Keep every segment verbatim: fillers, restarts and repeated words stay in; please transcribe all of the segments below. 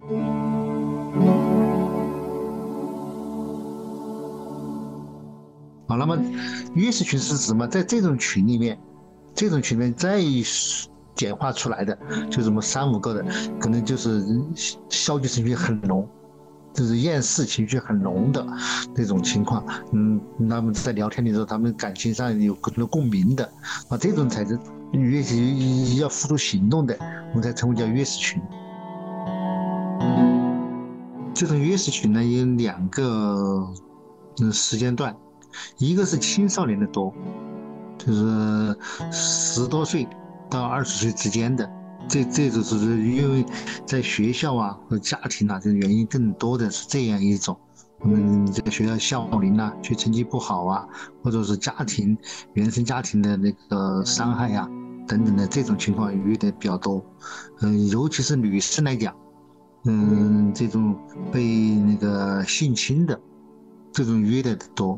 好，那么约束群是什么？在这种群里面，这种群里面再简化出来的，就什么三五个的，可能就是消极情绪很浓，就是厌世情绪很浓的那种情况。嗯，那么在聊天的时候，他们感情上有很多共鸣的啊，这种才是约束要付出行动的，我们才称为叫约束群。这种约束群呢，有两个嗯时间段。一个是青少年的多，就是十多岁到二十岁之间的，这这就是因为在学校啊和家庭啊这原因更多的是这样一种，我们这个学校校龄啊，学成绩不好啊，或者是家庭原生家庭的那个伤害啊等等的这种情况约的比较多，嗯，尤其是女生来讲，嗯，这种被那个性侵的这种约的多。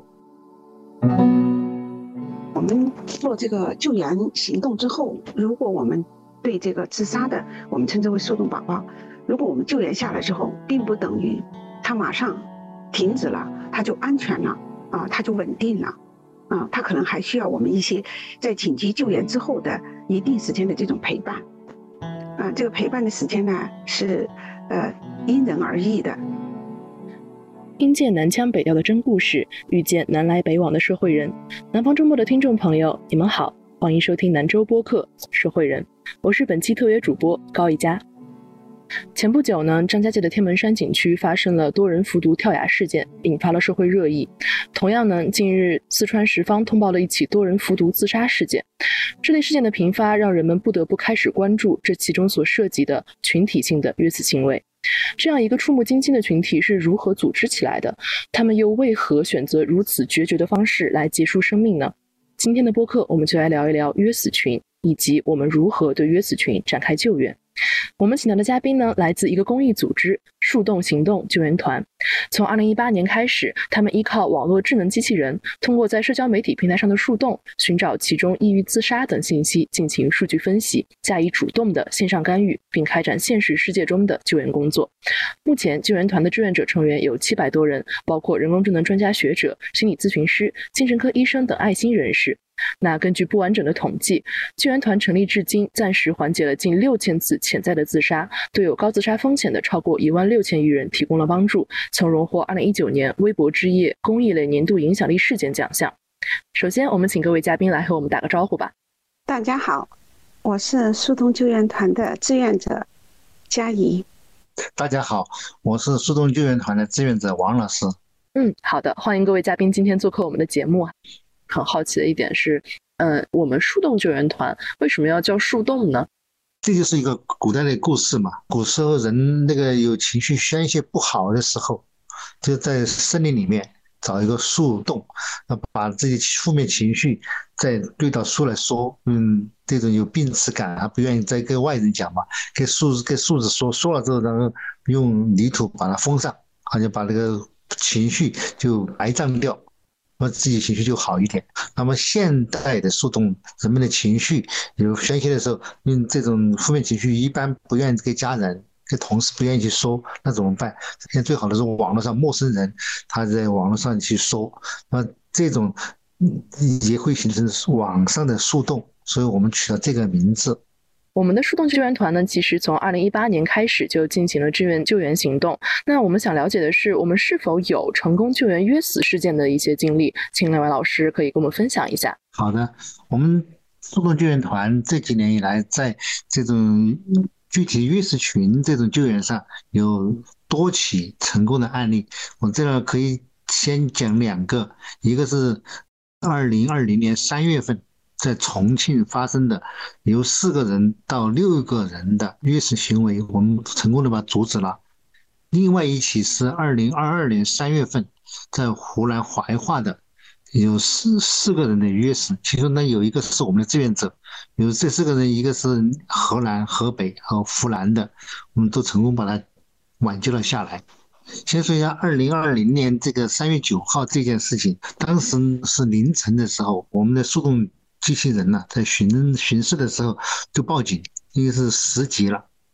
我们做这个救援行动之后，如果我们对这个自杀的，我们称之为树洞宝宝，如果我们救援下来之后，并不等于他马上停止了，他就安全了啊，他就稳定了啊，他可能还需要我们一些在紧急救援之后的一定时间的这种陪伴啊，这个陪伴的时间呢是呃因人而异的。 听见南腔北调的真故事，遇见南来北往的社会人。南方周末的听众朋友，你们好，欢迎收听南周播客社会人，我是本期特约主播高一佳。前不久呢，张家界的天门山景区发生了多人服毒跳崖事件，引发了社会热议。同样呢，近日四川什邡通报了一起多人服毒自杀事件。这类事件的频发，让人们不得不开始关注这其中所涉及的群体性的约死行为。这样一个触目惊心的群体是如何组织起来的？他们又为何选择如此决绝的方式来结束生命呢？今天的播客，我们就来聊一聊约死群，以及我们如何对约死群展开救援。我们请到的嘉宾呢，来自一个公益组织树洞行动救援团。从二零一八年开始，他们依靠网络智能机器人，通过在社交媒体平台上的树洞寻找其中抑郁自杀等信息，进行数据分析，加以主动的线上干预，并开展现实世界中的救援工作。目前救援团的志愿者成员有七百多人，包括人工智能专家学者、心理咨询师、精神科医生等爱心人士。那根据不完整的统计，救援团成立至今，暂时缓解了近六千次潜在的自杀，对有高自杀风险的超过一万六千余人提供了帮助，曾荣获二零一九年微博之夜公益类年度影响力事件奖项。首先，我们请各位嘉宾来和我们打个招呼吧。 大家好，我是树洞救援团的志愿者佳怡。 大家好，我是树洞救援团的志愿者王老师。 嗯，好的，欢迎各位嘉宾今天做客我们的节目。很好奇的一点是，呃，我们树洞救援团为什么要叫树洞呢？ 这就是一个古代的故事嘛。古时候人那个有情绪宣泄不好的时候，就在森林里面找一个树洞，把自己负面情绪再对到树来说。嗯，这种有病耻感啊，不愿意再跟外人讲嘛，给树给树子说，说了之后，然后用泥土把它封上，好像把那个情绪就埋葬掉。那么自己情绪就好一点。那么现代的树洞，人们的情绪有宣泄的时候，因为这种负面情绪一般不愿意给家人、给同事不愿意去说，那怎么办？现在最好的是网络上陌生人，他在网络上去说，那这种也会形成网上的树洞，所以我们取了这个名字。 我们的树洞救援团呢，其实从二零一八年开始就进行了志愿救援行动。那我们想了解的是，我们是否有成功救援约死事件的一些经历？请两位老师可以跟我们分享一下。 好的，我们树洞救援团这几年以来，在这种具体约死群这种救援上有多起成功的案例。我这儿可以先讲两个，一个是二零二零年三月份。在重庆发生的由四个人到六个人的约死行为，我们成功的把它阻止了。另外一起是二零二二年三月份在湖南怀化的有四四个人的约死，其中呢有一个是我们的志愿者，有这四个人，一个是河南、河北和湖南的，我们都成功把它挽救了下来。先说一下二零二零年这个三月九号这件事情，当时是凌晨的时候，我们的树洞机器人呢、啊，在巡巡视的时候就报警，因为是十级了，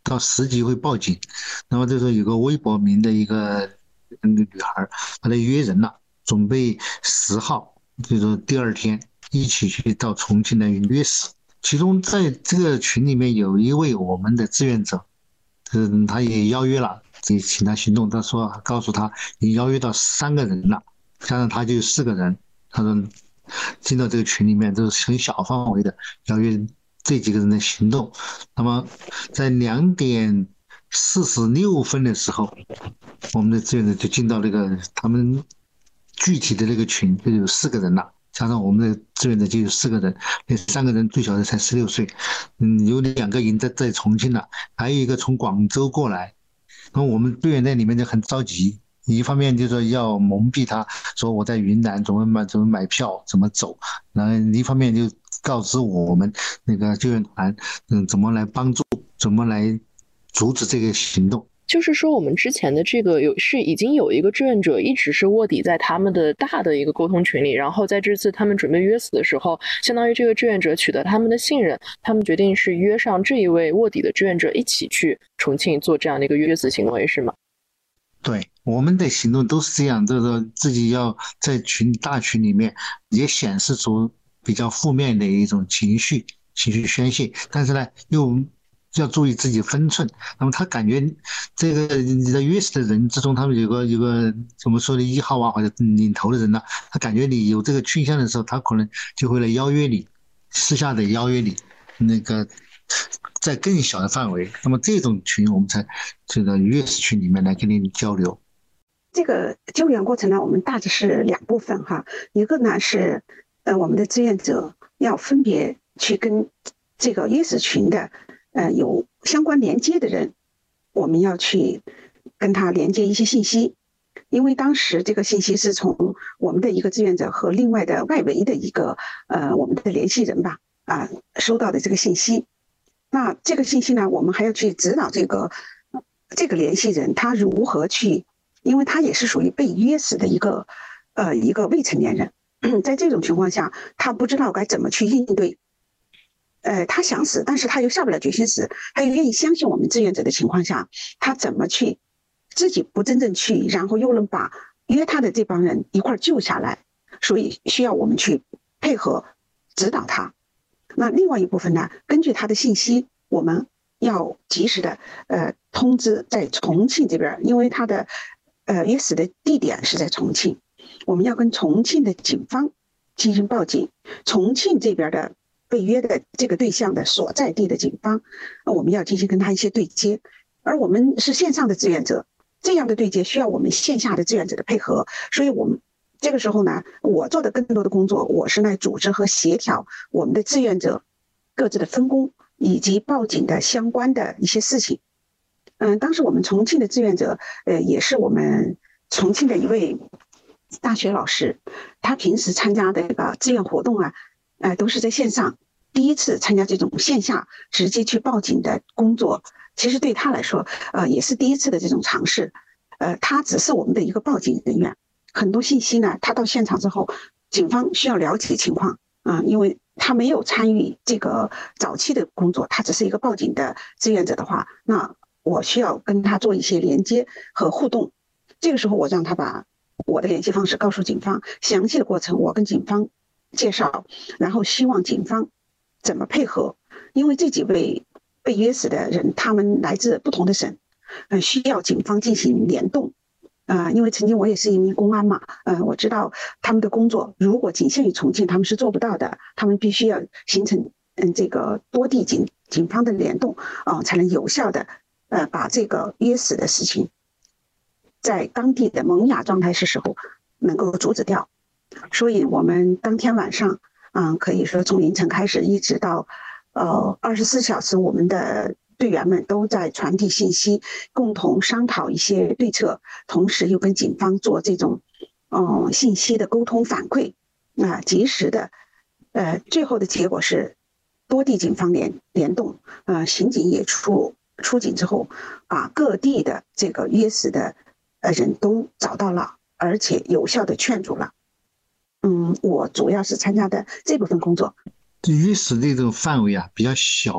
到十级会报警。那么这时候有个微博名的一个嗯女孩，她来约人了，准备十号，就是说第二天一起去到重庆来约死。其中在这个群里面有一位我们的志愿者，嗯，他也邀约了，就请他行动。他说告诉他已经邀约到三个人了，加上他就有四个人。他说进到这个群里面都是很小范围的邀约这几个人的行动。那么在两点四十六分的时候，我们的志愿者就进到这个他们具体的那个群，就有四个人了。加上我们的志愿者就有四个人，那三个人最小的才十六岁，嗯，有两个已经在在重庆了，还有一个从广州过来。那我们队员在里面就很着急，一方面就说要蒙蔽他，说我在云南怎么买怎么买票怎么走，然后一方面就告知我们那个救援团，嗯，怎么来帮助，怎么来阻止这个行动。 就是说，我们之前的这个有是已经有一个志愿者一直是卧底在他们的大的一个沟通群里，然后在这次他们准备约死的时候，相当于这个志愿者取得他们的信任，他们决定是约上这一位卧底的志愿者一起去重庆做这样的一个约死行为，是吗？ 对，我们的行动都是这样，就是说自己要在群大群里面也显示出比较负面的一种情绪，情绪宣泄，但是呢又要注意自己分寸。那么他感觉这个你在约死的人之中，他们有个有个怎么说的一号啊或者领头的人呢，他感觉你有这个倾向的时候，他可能就会来邀约你，私下的邀约你，那个在更小的范围。那么这种群我们才这个约死群里面来跟你交流。 这个救援过程呢，我们大致是两部分哈，一个呢是呃我们的志愿者要分别去跟这个约死群的呃有相关连接的人，我们要去跟他连接一些信息，因为当时这个信息是从我们的一个志愿者和另外的外围的一个呃我们的联系人吧啊、呃、收到的这个信息。那这个信息呢，我们还要去指导这个这个联系人他如何去，因为他也是属于被约死的一个呃一个未成年人，在这种情况下，他不知道该怎么去应对。呃，他想死，但是他又下不了决心死，他又愿意相信我们志愿者的情况下，他怎么去自己不真正去，然后又能把约他的这帮人一块救下来，所以需要我们去配合指导他。那另外一部分呢，根据他的信息，我们要及时的呃通知在重庆这边，因为他的呃约死的地点是在重庆，我们要跟重庆的警方进行报警，重庆这边的被约的这个对象的所在地的警方，我们要进行跟他一些对接，而我们是线上的志愿者，这样的对接需要我们线下的志愿者的配合，所以我们这个时候呢，我做的更多的工作，我是来组织和协调我们的志愿者各自的分工以及报警的相关的一些事情。嗯，当时我们重庆的志愿者，呃，也是我们重庆的一位大学老师，他平时参加的这个志愿活动啊，呃，都是在线上。第一次参加这种线下直接去报警的工作，其实对他来说，呃，也是第一次的这种尝试。呃，他只是我们的一个报警人员。很多信息呢，他到现场之后，警方需要了解情况啊、呃，因为他没有参与这个早期的工作，他只是一个报警的志愿者的话，那我需要跟他做一些连接和互动。这个时候，我让他把我的联系方式告诉警方，详细的过程我跟警方介绍，然后希望警方怎么配合，因为这几位被约死的人，他们来自不同的省，呃，需要警方进行联动。呃，因为曾经我也是一名公安嘛，呃，我知道他们的工作如果仅限于重庆，他们是做不到的，他们必须要形成嗯这个多地警警方的联动啊、呃，才能有效的呃把这个约死的事情在当地的萌芽状态是时候能够阻止掉。所以我们当天晚上，嗯、呃，可以说从凌晨开始一直到呃二十四小时，我们的队员们都在传递信息，共同商讨一些对策，同时又跟警方做这种嗯、呃、信息的沟通反馈啊、呃，及时的，呃，最后的结果是多地警方联联动，呃，刑警也出出警之后，把各地的这个约死的呃人都找到了，而且有效的劝阻了。嗯，我主要是参加的这部分工作。 约死这种范围啊比较小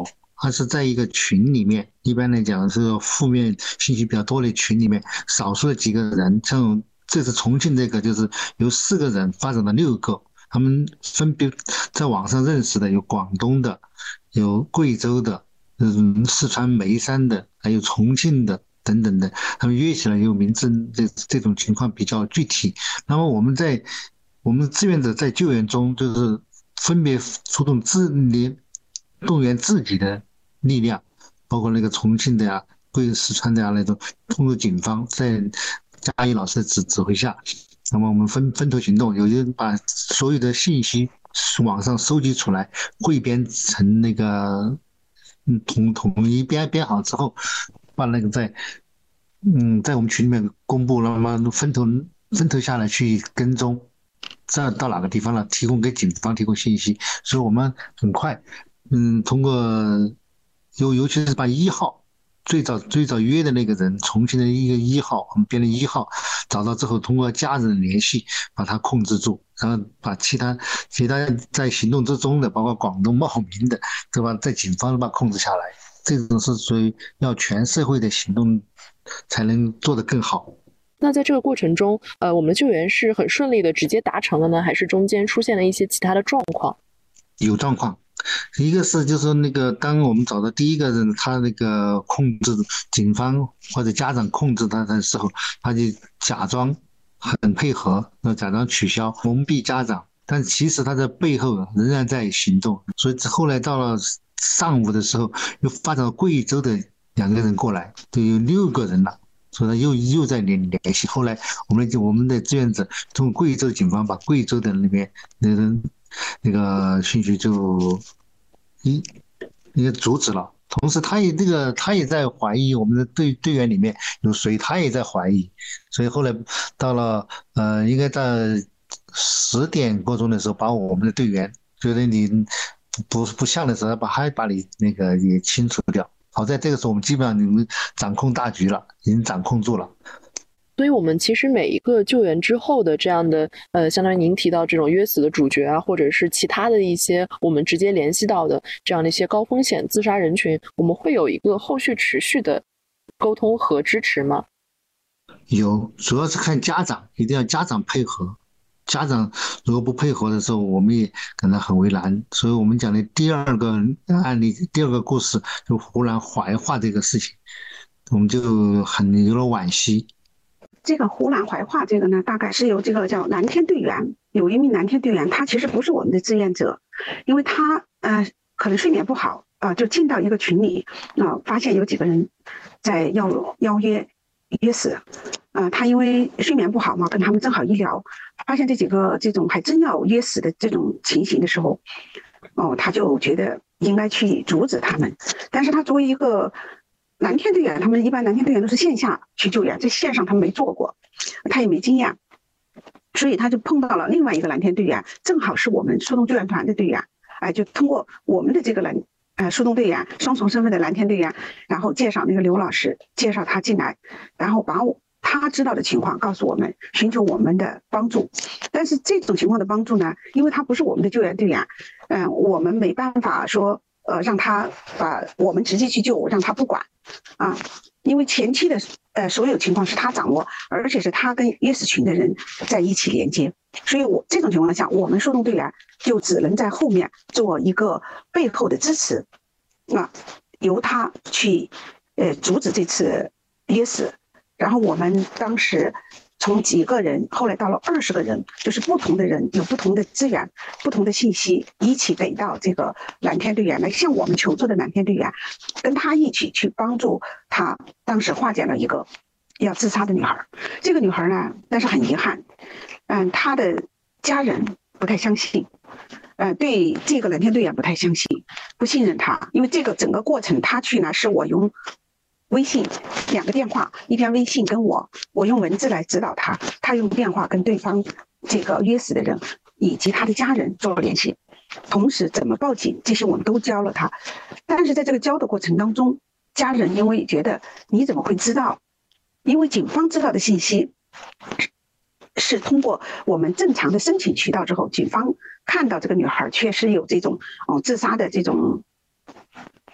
而是在一个群里面，一般来讲是负面信息比较多的群里面，少数的几个人，像这次重庆这个就是由四个人发展到六个，他们分别在网上认识的，有广东的，有贵州的，嗯，四川眉山的，还有重庆的等等的，他们约起来有名字，这这种情况比较具体。那么我们在我们志愿者在救援中，就是分别出动自联动员自己的力量，包括那个重庆的呀、贵四川的呀那种，通过警方在嘉义老师的指指挥下，那么我们分分头行动，有人把所有的信息网上收集出来，汇编成那个嗯统统一编编好之后，把那个在嗯在我们群里面公布，那么分头分头下来去跟踪。这到哪个地方了？提供给警方提供信息，所以我们很快，嗯，通过尤尤其是把一号最早最早约的那个人，重庆的一个一号，我们编的一号找到之后，通过家人联系把他控制住，然后把其他其他在行动之中的，包括广东茂名的，对吧？在警方把控制下来，这种是属于要全社会的行动才能做得更好。 那在这个过程中，呃，我们的救援是很顺利的直接达成了呢，还是中间出现了一些其他的状况？ 有状况，一个是就是那个当我们找到第一个人，他那个控制警方或者家长控制他的时候，他就假装很配合，假装取消蒙蔽家长，但其实他在背后仍然在行动。所以后来到了上午的时候，又发展到贵州的两个人过来，就有六个人了。所以他又又在联联系，后来我们就我们的志愿者通过贵州警方把贵州的那边那个那个信息就一一个阻止了，同时他也这个他也在怀疑我们的队队员里面有谁，他也在怀疑，所以后来到了呃应该在十点过钟的时候，把我们的队员觉得你不不像的时候，把还把你那个也清除掉。好在这个时候我们基本上你们掌控大局了，已经掌控住了。 所以我们其实每一个救援之后的这样的呃，相当于您提到这种约死的主角啊，或者是其他的一些我们直接联系到的这样的一些高风险自杀人群，我们会有一个后续持续的沟通和支持吗？ 有，主要是看家长，一定要家长配合。家长如果不配合的时候，我们也可能很为难。所以我们讲的第二个案例，第二个故事，就湖南怀化这个事情，我们就很有了惋惜。 这个湖南怀化这个呢，大概是由这个叫蓝天队员，有一名蓝天队员，他其实不是我们的志愿者，因为他呃可能睡眠不好啊、呃，就进到一个群里啊、呃，发现有几个人在要邀约约死。呃，他因为睡眠不好嘛，跟他们正好一聊，发现这几个这种还真要约死的这种情形的时候，哦，他就觉得应该去阻止他们。但是他作为一个蓝天队员，他们一般蓝天队员都是线下去救援，在线上他没做过，他也没经验，所以他就碰到了另外一个蓝天队员，正好是我们速动救援团的队员，哎，就通过我们的这个蓝。呃，速动队员双重身份的蓝天队员，然后介绍那个刘老师，介绍他进来，然后把我他知道的情况告诉我们，寻求我们的帮助。但是这种情况的帮助呢，因为他不是我们的救援队员，嗯、呃，我们没办法说，呃，让他把我们直接去救，让他不管啊，因为前期的呃所有情况是他掌握，而且是他跟约死群的人在一起连接。所以我这种情况下，我们速动队员就只能在后面做一个背后的支持，啊，由他去呃阻止这次约死。然后我们当时从几个人，后来到了二十个人，就是不同的人有不同的资源、不同的信息，一起给到这个蓝天队员来向我们求助的蓝天队员，跟他一起去帮助他。当时化解了一个要自杀的女孩，这个女孩呢，但是很遗憾。嗯，他的家人不太相信，呃，对这个蓝天队员不太相信，不信任他，因为这个整个过程他去呢是我用微信两个电话，一篇微信跟我，我用文字来指导他，他用电话跟对方这个约死的人以及他的家人做联系，同时怎么报警这些我们都教了他。但是在这个教的过程当中，家人因为觉得你怎么会知道，因为警方知道的信息是通过我们正常的申请渠道之后，警方看到这个女孩确实有这种哦自杀的这种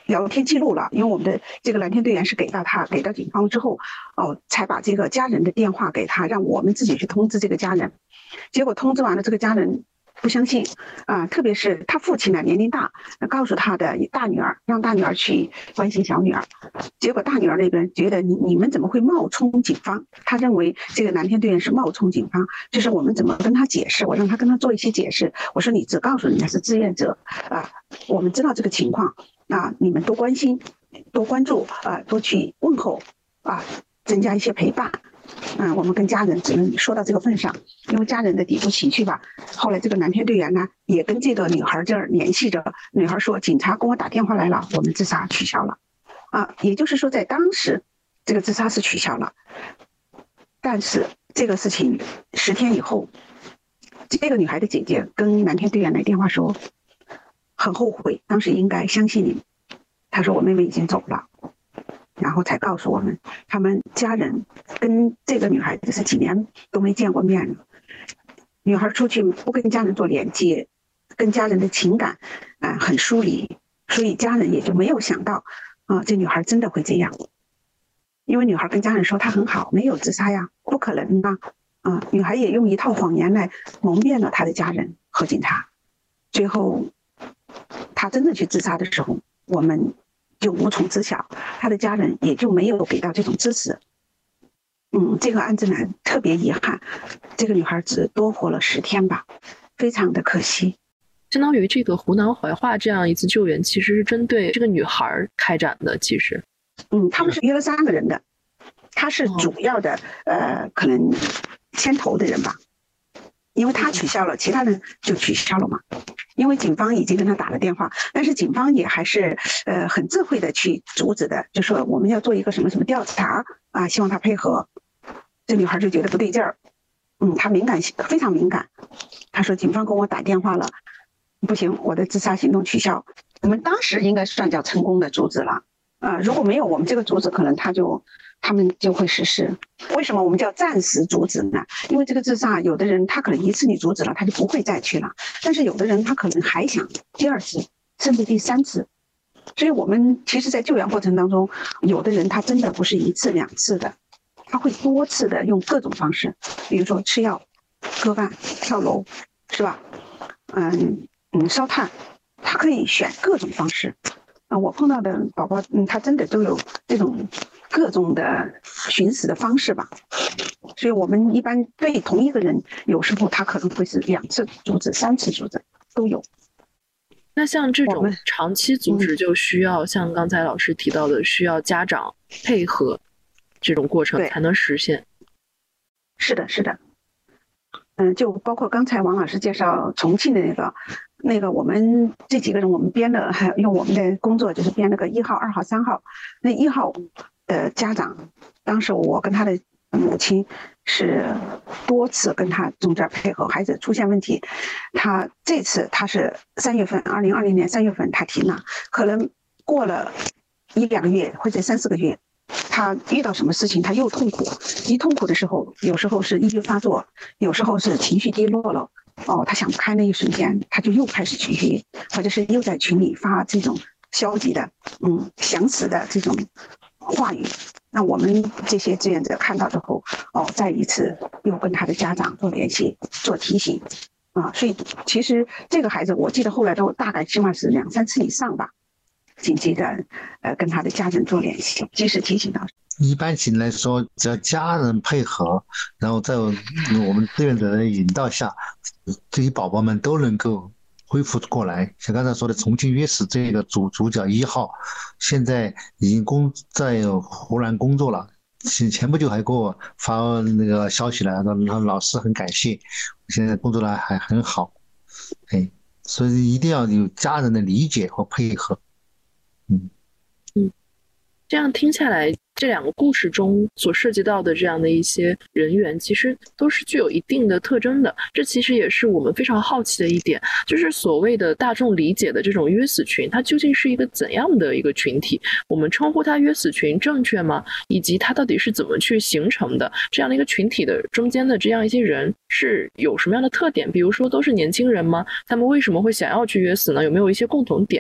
聊天记录了，因为我们的这个蓝天队员是给到他，给到警方之后，哦，才把这个家人的电话给他，让我们自己去通知这个家人。结果通知完了，这个家人不相信啊、呃，特别是他父亲呢年龄大，告诉他的大女儿，让大女儿去关心小女儿。结果大女儿那边觉得你你们怎么会冒充警方？他认为这个蓝天队员是冒充警方，就是我们怎么跟他解释？我让他跟他做一些解释。我说你只告诉人家是志愿者啊，我们知道这个情况啊，你们多关心、多关注啊，多去问候啊，增加一些陪伴。嗯，我们跟家人只能说到这个份上，因为家人的抵触情绪吧。后来这个蓝天队员呢，也跟这个女孩这儿联系着，女孩说警察跟我打电话来了，我们自杀取消了，啊，也就是说在当时这个自杀是取消了，但是这个事情十天以后，这个女孩的姐姐跟蓝天队员来电话说，很后悔，当时应该相信你，她说我妹妹已经走了。然后才告诉我们，他们家人跟这个女孩子是几年都没见过面了。女孩出去不跟家人做连接，跟家人的情感啊、呃、很疏离，所以家人也就没有想到啊、呃，这女孩真的会这样。因为女孩跟家人说她很好，没有自杀呀，不可能啊啊、呃！女孩也用一套谎言来蒙骗了她的家人和警察。最后，她真正去自杀的时候，我们就无从知晓，他的家人也就没有给到这种支持。嗯，这个案子呢特别遗憾，这个女孩只多活了十天吧，非常的可惜。 相当于这个湖南怀化这样一次救援，其实是针对这个女孩开展的。其实， 嗯，他们是约了三个人的，他是主要的，哦、呃，可能牵头的人吧，因为他取消了，其他人就取消了嘛。因为警方已经跟他打了电话，但是警方也还是呃很智慧的去阻止的，就说我们要做一个什么什么调查啊，希望他配合。这女孩就觉得不对劲儿，嗯，她敏感非常敏感，她说警方跟我打电话了，不行，我的自杀行动取消。我们当时应该算叫成功的阻止了，呃，如果没有我们这个阻止，可能他就他们就会实施。为什么我们叫暂时阻止呢？因为这个自杀，有的人他可能一次你阻止了，他就不会再去了，但是有的人他可能还想第二次甚至第三次。所以我们其实在救援过程当中，有的人他真的不是一次两次的，他会多次的用各种方式，比如说吃药、割腕、跳楼，是吧？嗯嗯，烧炭，他可以选各种方式。啊、呃，我碰到的宝宝，嗯，他真的都有这种各种的寻死的方式吧。所以我们一般对同一个人，有时候他可能会是两次阻止、三次阻止都有。 那像这种长期阻止，就需要像刚才老师提到的，需要家长配合这种过程才能实现。 是的，是的。嗯，就包括刚才王老师介绍重庆的那个，那个我们这几个人，我们编的，还用我们的工作就是编了个一号、二号、三号。那一号的家长，当时我跟他的母亲是多次跟他中间配合，孩子出现问题，他这次他是三月份，二零二零年三月份他停了，可能过了一两个月或者三四个月。他遇到什么事情他又痛苦，一痛苦的时候，有时候是抑郁发作，有时候是情绪低落了，哦，他想不开那一瞬间，他就又开始情绪，或者是又在群里发这种消极的嗯想死的这种话语。那我们这些志愿者看到之后，哦，再一次又跟他的家长做联系，做提醒啊。所以其实这个孩子我记得后来都大概起码是两三次以上吧，紧急的呃跟他的家人做联系，及时提醒到。 一般情来说，只要家人配合，然后在我们志愿者的引导下，这些宝宝们都能够恢复过来。像刚才说的重庆约死这个主主角一号，现在已经工在湖南工作了。前不久还给我发那个消息来，说老师很感谢，现在工作的还很好。哎，所以一定要有家人的理解和配合。嗯嗯，这样听下来，这两个故事中所涉及到的这样的一些人员，其实都是具有一定的特征的。这其实也是我们非常好奇的一点，就是所谓的大众理解的这种约死群，它究竟是一个怎样的一个群体？我们称呼它约死群正确吗？以及它到底是怎么去形成的？这样的一个群体的中间的这样一些人是有什么样的特点？比如说都是年轻人吗？他们为什么会想要去约死呢？有没有一些共同点？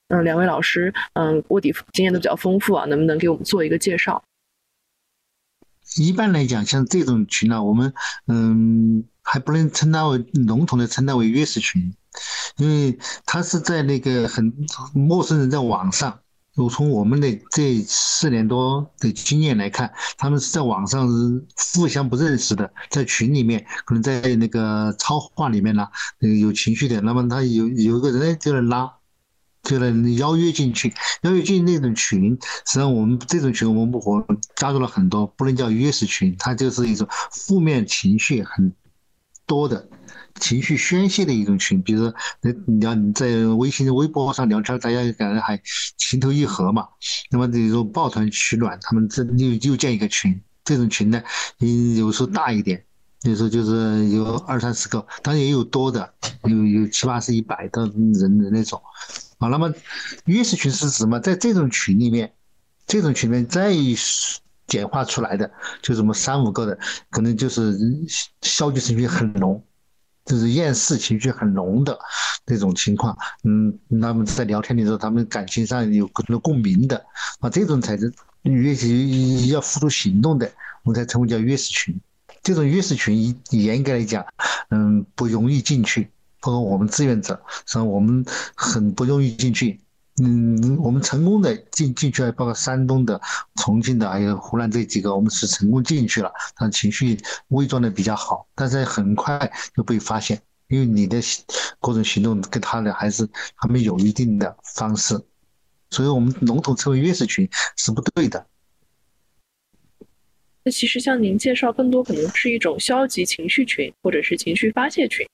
嗯，两位老师，嗯，卧底经验都比较丰富啊，能不能给我们做一个介绍？ 一般来讲，像这种群呢、啊我们嗯还不能称它为笼统的称它为约式群，因为它是在那个很陌生人在网上。我从我们的这四年多的经验来看，他们是在网上是互相不认识的，在群里面，可能在那个超话里面呢，呃有情绪的，那么他有有一个人就来拉，就来邀约进去，邀约进那种群，实际上我们这种群，我们我加入了很多，不能叫约式群，它就是一种负面情绪很多的情绪宣泄的一种群。比如说，你要你在微信、微博上聊天，大家感觉还情投意合嘛。那么这种抱团取暖，他们这又又建一个群，这种群呢，嗯，有时候大一点。有时候就是有二三十个，当然也有多的，有有七八十、一百的人的那种。好，那么约式群是什么？在这种群里面，这种群里面再简化出来的，就什么三五个的，可能就是消极情绪很浓，就是厌世情绪很浓的那种情况。嗯，那么在聊天的时候，他们感情上有很多共鸣的啊，这种才是约式要付出行动的，我们才称为叫约式群。这种约式群严格来讲，嗯，不容易进去。包括我们志愿者，实际上我们很不容易进去。嗯，我们成功的进进去了，包括山东的、重庆的，还有湖南这几个，我们是成功进去了，但情绪伪装的比较好，但是很快就被发现，因为你的各种行动跟他的还是他们有一定的方式，所以我们笼统称为约式群是不对的。 那其实像您介绍，更多可能是一种消极情绪群，或者是情绪发泄群。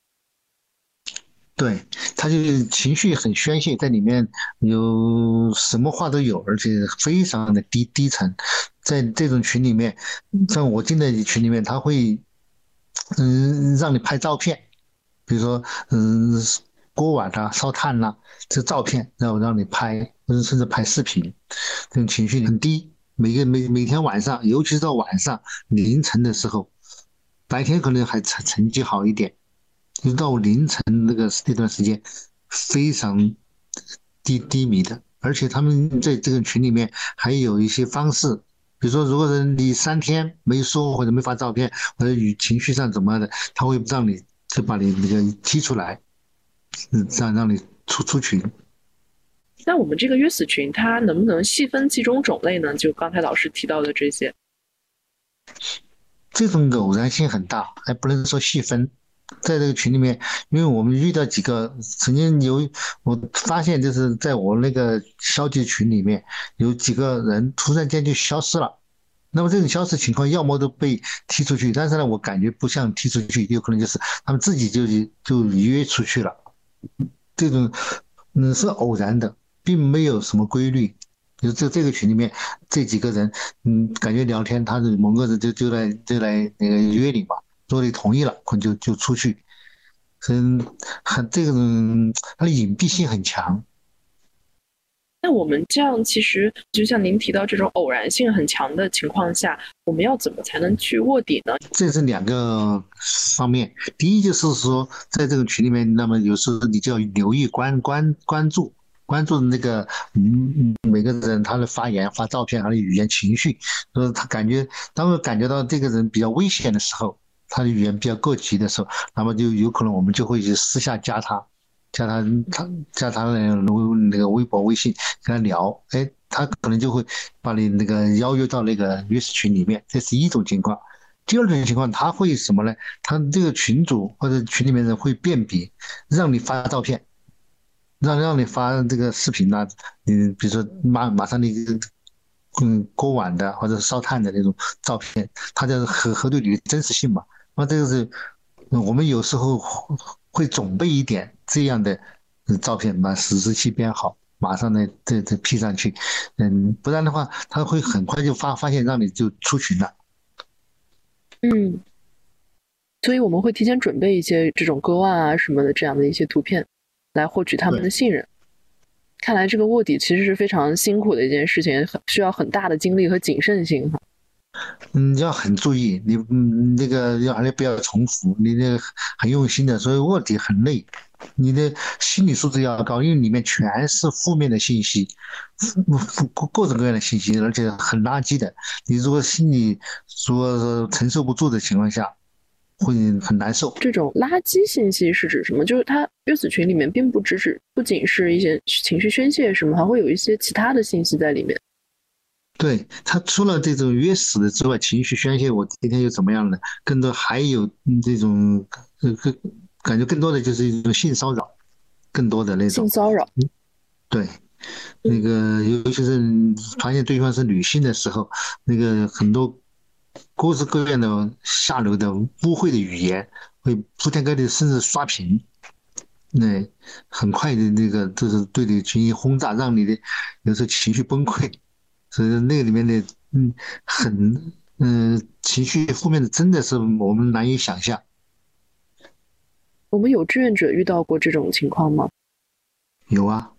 对，他就是情绪很宣泄，在里面有什么话都有，而且非常的低低沉。在这种群里面，像我进的群里面，他会嗯让你拍照片，比如说嗯锅碗啊、烧炭呐、这照片，然后让你拍，或者甚至拍视频，这种情绪很低。每个每每天晚上，尤其是到晚上凌晨的时候，白天可能还成成绩好一点。一到凌晨那个那段时间非常低低迷的，而且他们在这个群里面还有一些方式，比如说，如果是你三天没说或者没发照片，或者与情绪上怎么的，他会让你就把你那个踢出来，嗯，这样让你出出群。 那我们这个约死群，它能不能细分几种种类呢？就刚才老师提到的这些。 这种偶然性很大，还不能说细分。在这个群里面，因为我们遇到几个曾经有，我发现就是在我那个消极群里面，有几个人突然间就消失了。那么这种消失情况，要么都被踢出去，但是呢，我感觉不像踢出去，有可能就是他们自己就就约出去了。这种嗯是偶然的，并没有什么规律。就这这个群里面这几个人，嗯，感觉聊天，他是某个人就就来就来那个约你嘛，如果你同意了，可能就就出去。嗯，很这种它的隐蔽性很强。 那我们这样其实就像您提到这种偶然性很强的情况下，我们要怎么才能去卧底呢？ 这是两个方面。第一就是说，在这个群里面，那么有时候你就要留意关关关注关注那个嗯每个人他的发言、发照片、他的语言、情绪，就是他感觉当我感觉到这个人比较危险的时候，他的语言比较过激的时候，那么就有可能我们就会去私下加他。加他他加他的那个微博、微信跟他聊，哎，他可能就会把你那个邀约到那个约式群里面，这是一种情况。第二种情况，他会什么呢？他这个群主或者群里面人会辨别，让你发照片，让让你发这个视频呐、啊，嗯，比如说马马上那个嗯锅碗的或者烧炭的那种照片，他就核核对你的真实性嘛。那这个是我们有时候会准备一点这样的照片，把实时期编好，马上呢这这 P 上去，嗯，不然的话他会很快就发发现让你就出群了。 嗯，所以我们会提前准备一些这种歌案啊什么的这样的一些图片，来获取他们的信任。看来这个卧底其实是非常辛苦的一件事情，需要很大的精力和谨慎性哈。 嗯，要很注意，你嗯那个要还得不要重复，你那个很用心的，所以卧底很累，你的心理素质要高，因为里面全是负面的信息，负负各种各样的信息，而且很垃圾的。你如果心里说承受不住的情况下，会很难受。 这种垃圾信息是指什么？就是它约死群里面并不只是不仅是一些情绪宣泄什么，还会有一些其他的信息在里面。 对，他除了这种约死的之外，情绪宣泄我今天又怎么样了？更多还有嗯这种呃更感觉更多的就是一种性骚扰，更多的那种。 性骚扰。 对，那个尤其是发现对方是女性的时候，那个很多各式各样的下流的污秽的语言会铺天盖地，甚至刷屏。那很快的那个就是对你进行轰炸，让你的有时候情绪崩溃。所以那个里面的嗯很嗯、呃、情绪负面的真的是我们难以想象。 我们有志愿者遇到过这种情况吗？ 有啊，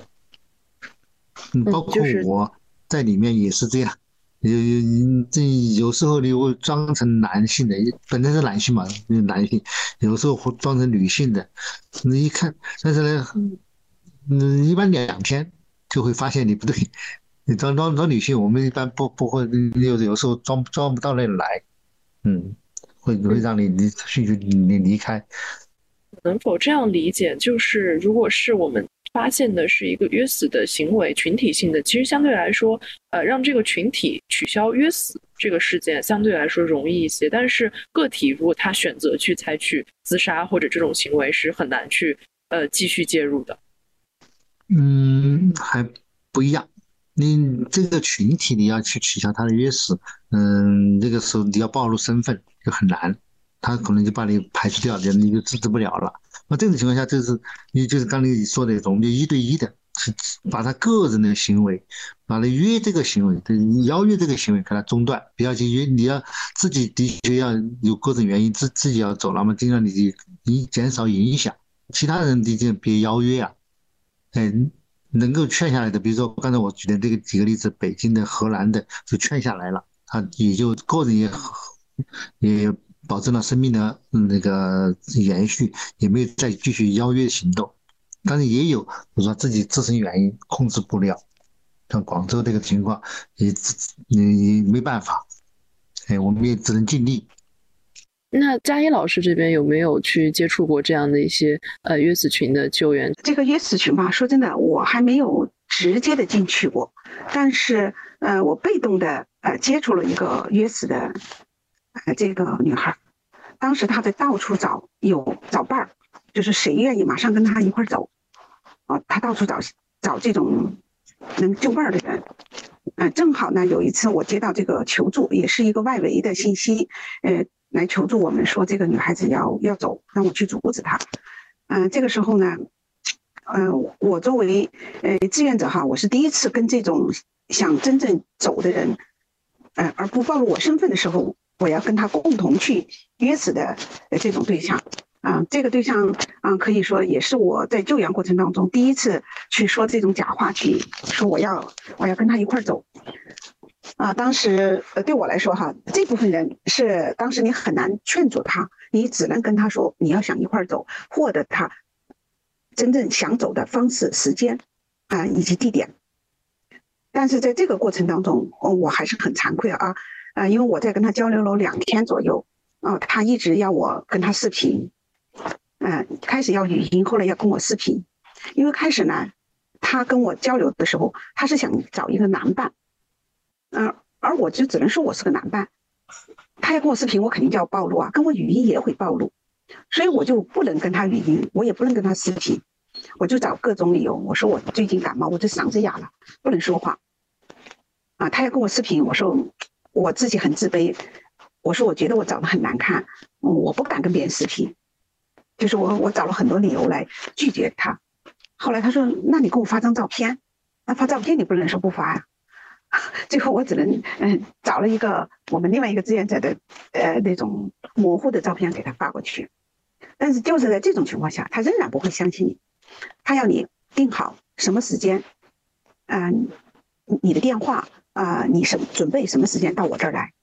嗯，包嗯，就是括我在里面也是这样。有有这有时候你会装成男性的，本身是男性嘛，男性有时候会装成女性的，你一看，但是呢，嗯，一般两天就会发现你不对。你装装装女性，我们一般不不会，有有时候装装不到那里来，嗯，会会让你离迅速离离开。 能否这样理解？就是如果是我们发现的是一个约死的行为，群体性的，其实相对来说，呃，让这个群体取消约死这个事件相对来说容易一些。但是个体如果他选择去采取自杀或者这种行为，是很难去呃继续介入的。 嗯，还不一样。你这个群体你要去取消他的约死，嗯，这个时候你要暴露身份就很难，他可能就把你排除掉，你就制止不了了。那这种情况下，就是你就是刚才你说的那种，就一对一的，是把他个人的行为，把他约这个行为，邀约这个行为给他中断，不要去约，你要自己的确要有各种原因自自己要走，那么尽量你你减少影响，其他人你就别邀约啊。哎，能够劝下来的，比如说刚才我举的这个几个例子，北京的、荷兰的就劝下来了，他也就个人也也保证了生命的那个延续，也没有再继续邀约行动。但是也有，比如说自己自身原因控制不了，像广州这个情况，也也没办法，哎，我们也只能尽力。 那佳一老师这边有没有去接触过这样的一些呃约死群的救援？ 这个约死群吧，说真的，我还没有直接的进去过，但是呃，我被动的呃接触了一个约死的呃这个女孩，当时她在到处找有找伴儿，就是谁愿意马上跟她一块走啊，她到处找找这种能就伴儿的人。呃，正好呢，有一次我接到这个求助，也是一个外围的信息，呃。来求助我们说这个女孩子要要走，让我去阻止她。嗯、呃，这个时候呢，呃，我作为呃志愿者哈，我是第一次跟这种想真正走的人，呃，而不暴露我身份的时候，我要跟他共同去约死的这种对象。啊、呃，这个对象啊、呃，可以说也是我在救援过程当中第一次去说这种假话，去说我要我要跟他一块走。啊，当时呃对我来说哈，这部分人是当时你很难劝阻他，你只能跟他说你要想一块走，获得他真正想走的方式、时间啊、呃、以及地点。但是在这个过程当中，哦、我还是很惭愧啊啊、呃，因为我在跟他交流了两天左右啊、呃，他一直要我跟他视频，嗯、呃，开始要语音，后来要跟我视频，因为开始呢，他跟我交流的时候，他是想找一个男伴。嗯，而我就只能说我是个男伴，他要跟我视频，我肯定就要暴露啊，跟我语音也会暴露，所以我就不能跟他语音，我也不能跟他视频，我就找各种理由，我说我最近感冒，我这嗓子哑了，不能说话。啊，他要跟我视频，我说我自己很自卑，我说我觉得我长得很难看，我不敢跟别人视频，就是我我找了很多理由来拒绝他。后来他说，那你给我发张照片，那发照片你不能说不发呀、啊。最后我只能嗯找了一个我们另外一个志愿者的呃那种模糊的照片给他发过去，但是就是在这种情况下，他仍然不会相信你，他要你定好什么时间，嗯、呃，你的电话啊、呃，你什准备什么时间到我这儿来，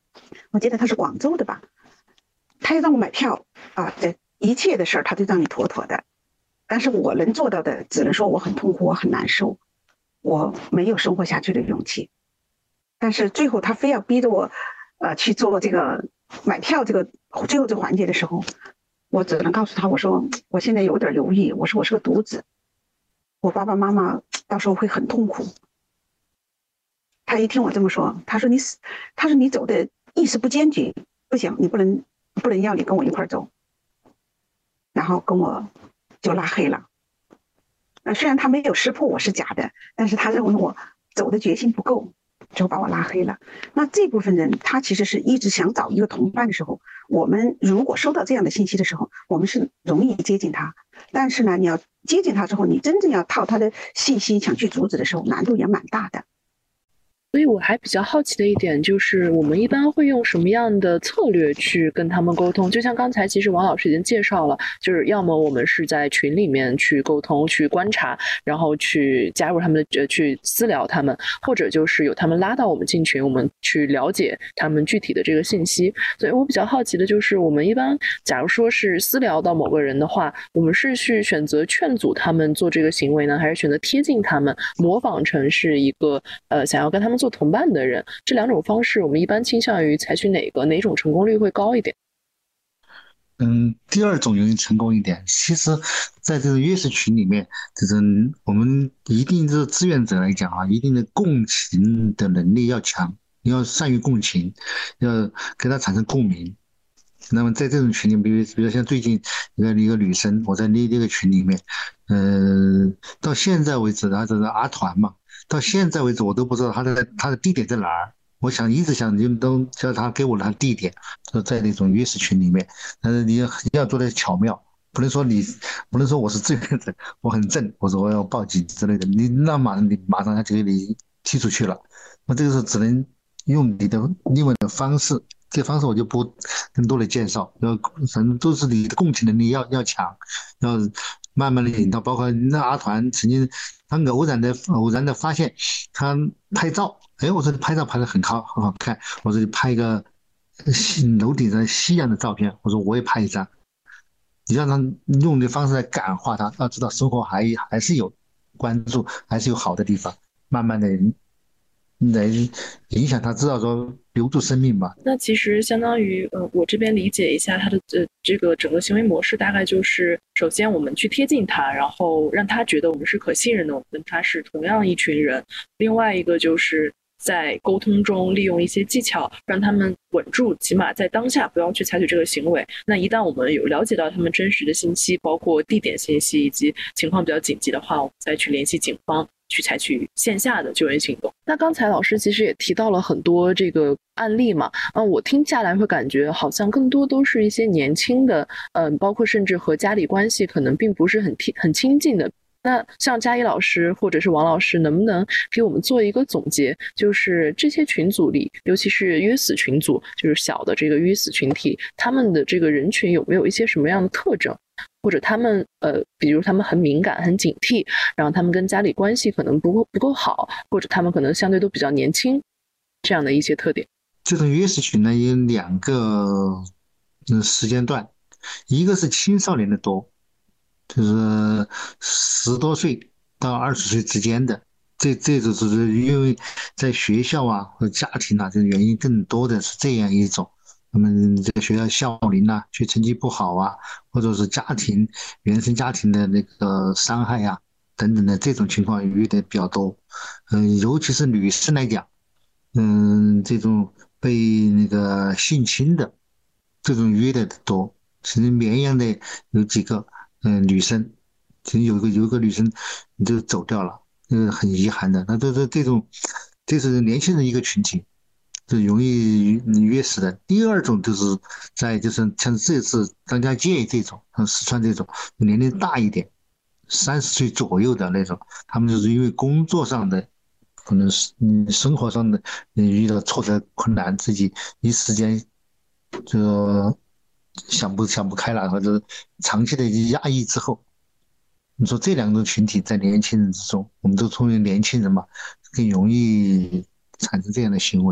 我记得他是广州的吧，他要让我买票啊，这一切的事儿他都让你妥妥的。但是我能做到的，只能说我很痛苦，我很难受，我没有生活下去的勇气。但是最后他非要逼着我，呃，去做这个买票这个最后这个环节的时候，我只能告诉他，我说我现在有点犹豫，我说我是个独子，我爸爸妈妈到时候会很痛苦。他一听我这么说，他说你死，他说你走的意识不坚决，不行，你不能不能要你跟我一块走，然后跟我就拉黑了。呃，虽然他没有识破我是假的，但是他认为我走的决心不够，就把我拉黑了。那这部分人他其实是一直想找一个同伴的时候，我们如果收到这样的信息的时候，我们是容易接近他，但是呢，你要接近他之后，你真正要套他的信息想去阻止的时候，难度也蛮大的。 所以我还比较好奇的一点就是，我们一般会用什么样的策略去跟他们沟通？就像刚才其实王老师已经介绍了，就是要么我们是在群里面去沟通、去观察，然后去加入他们的、呃、去私聊他们，或者就是有他们拉到我们进群，我们去了解他们具体的这个信息。所以我比较好奇的就是，我们一般假如说是私聊到某个人的话，我们是去选择劝阻他们做这个行为呢，还是选择贴近他们，模仿成是一个呃想要跟他们做同伴的人？这两种方式我们一般倾向于采取哪个？哪种成功率会高一点？ 嗯，第二种容易成功一点。其实，在这个约式群里面，就是我们一定是志愿者来讲啊，一定的共情的能力要强，你要善于共情，要跟他产生共鸣。那么在这种群里，比如比如像最近一个一个女生，我在那那个群里面，呃，到现在为止，她这是阿团嘛，到现在为止我都不知道她的她的地点在哪儿。我想一直想就都叫她给我的地点，就在那种约式群里面。但是你要你要做的巧妙，不能说你不能说我是志愿者，我很正，我说我要报警之类的，你那马上你马上他就给你踢出去了。那这个时候只能用你的另外的方式。这个方式我就不更多的介绍，要反正都是你的共情能力要要强，要慢慢的引导。包括那阿团曾经，他偶然的偶然的发现他拍照，哎，我说你拍照拍的很好很好看，我说你拍一个楼顶上夕阳的照片，我说我也拍一张。你让他用的方式来感化他，要知道生活还还是有关注，还是有好的地方，慢慢的来影响他，知道说留住生命吧。 那其实相当于，呃，我这边理解一下他的呃这个整个行为模式，大概就是，首先我们去贴近他，然后让他觉得我们是可信任的，我们跟他是同样一群人。另外一个就是在沟通中利用一些技巧，让他们稳住，起码在当下不要去采取这个行为。那一旦我们有了解到他们真实的信息，包括地点信息以及情况比较紧急的话，我们再去联系警方，去采取线下的救援行动。那刚才老师其实也提到了很多这个案例嘛，啊，我听下来会感觉好像更多都是一些年轻的，嗯、呃，包括甚至和家里关系可能并不是很很亲近的。那像佳怡老师或者是王老师，能不能给我们做一个总结？就是这些群组里，尤其是约死群组，就是小的这个约死群体，他们的这个人群有没有一些什么样的特征？或者他们呃，比如他们很敏感、很警惕，然后他们跟家里关系可能不够不够好，或者他们可能相对都比较年轻，这样的一些特点。 这种约式群呢有两个嗯时间段，一个是青少年的多，就是十多岁到二十岁之间的，这这种是因为在学校啊或者家庭啊这个原因更多的是这样一种。他们这个学校校龄啊，学成绩不好啊，或者是家庭原生家庭的那个伤害啊等等的这种情况遇的比较多。嗯，尤其是女生来讲，嗯，这种被那个性侵的这种约的多。其实绵阳的有几个嗯、呃、女生，其实有一个有一个女生就走掉了，呃，很遗憾的。那这这这种，这是年轻人一个群体。是容易约死的。第二种就是在就是像这次张家界这种，像四川这种年龄大一点，三十岁左右的那种，他们就是因为工作上的可能是嗯生活上的嗯遇到挫折困难，自己一时间就想不想不开了，或者长期的压抑之后，你说这两种群体在年轻人之中，我们都称为年轻人嘛，更容易产生这样的行为。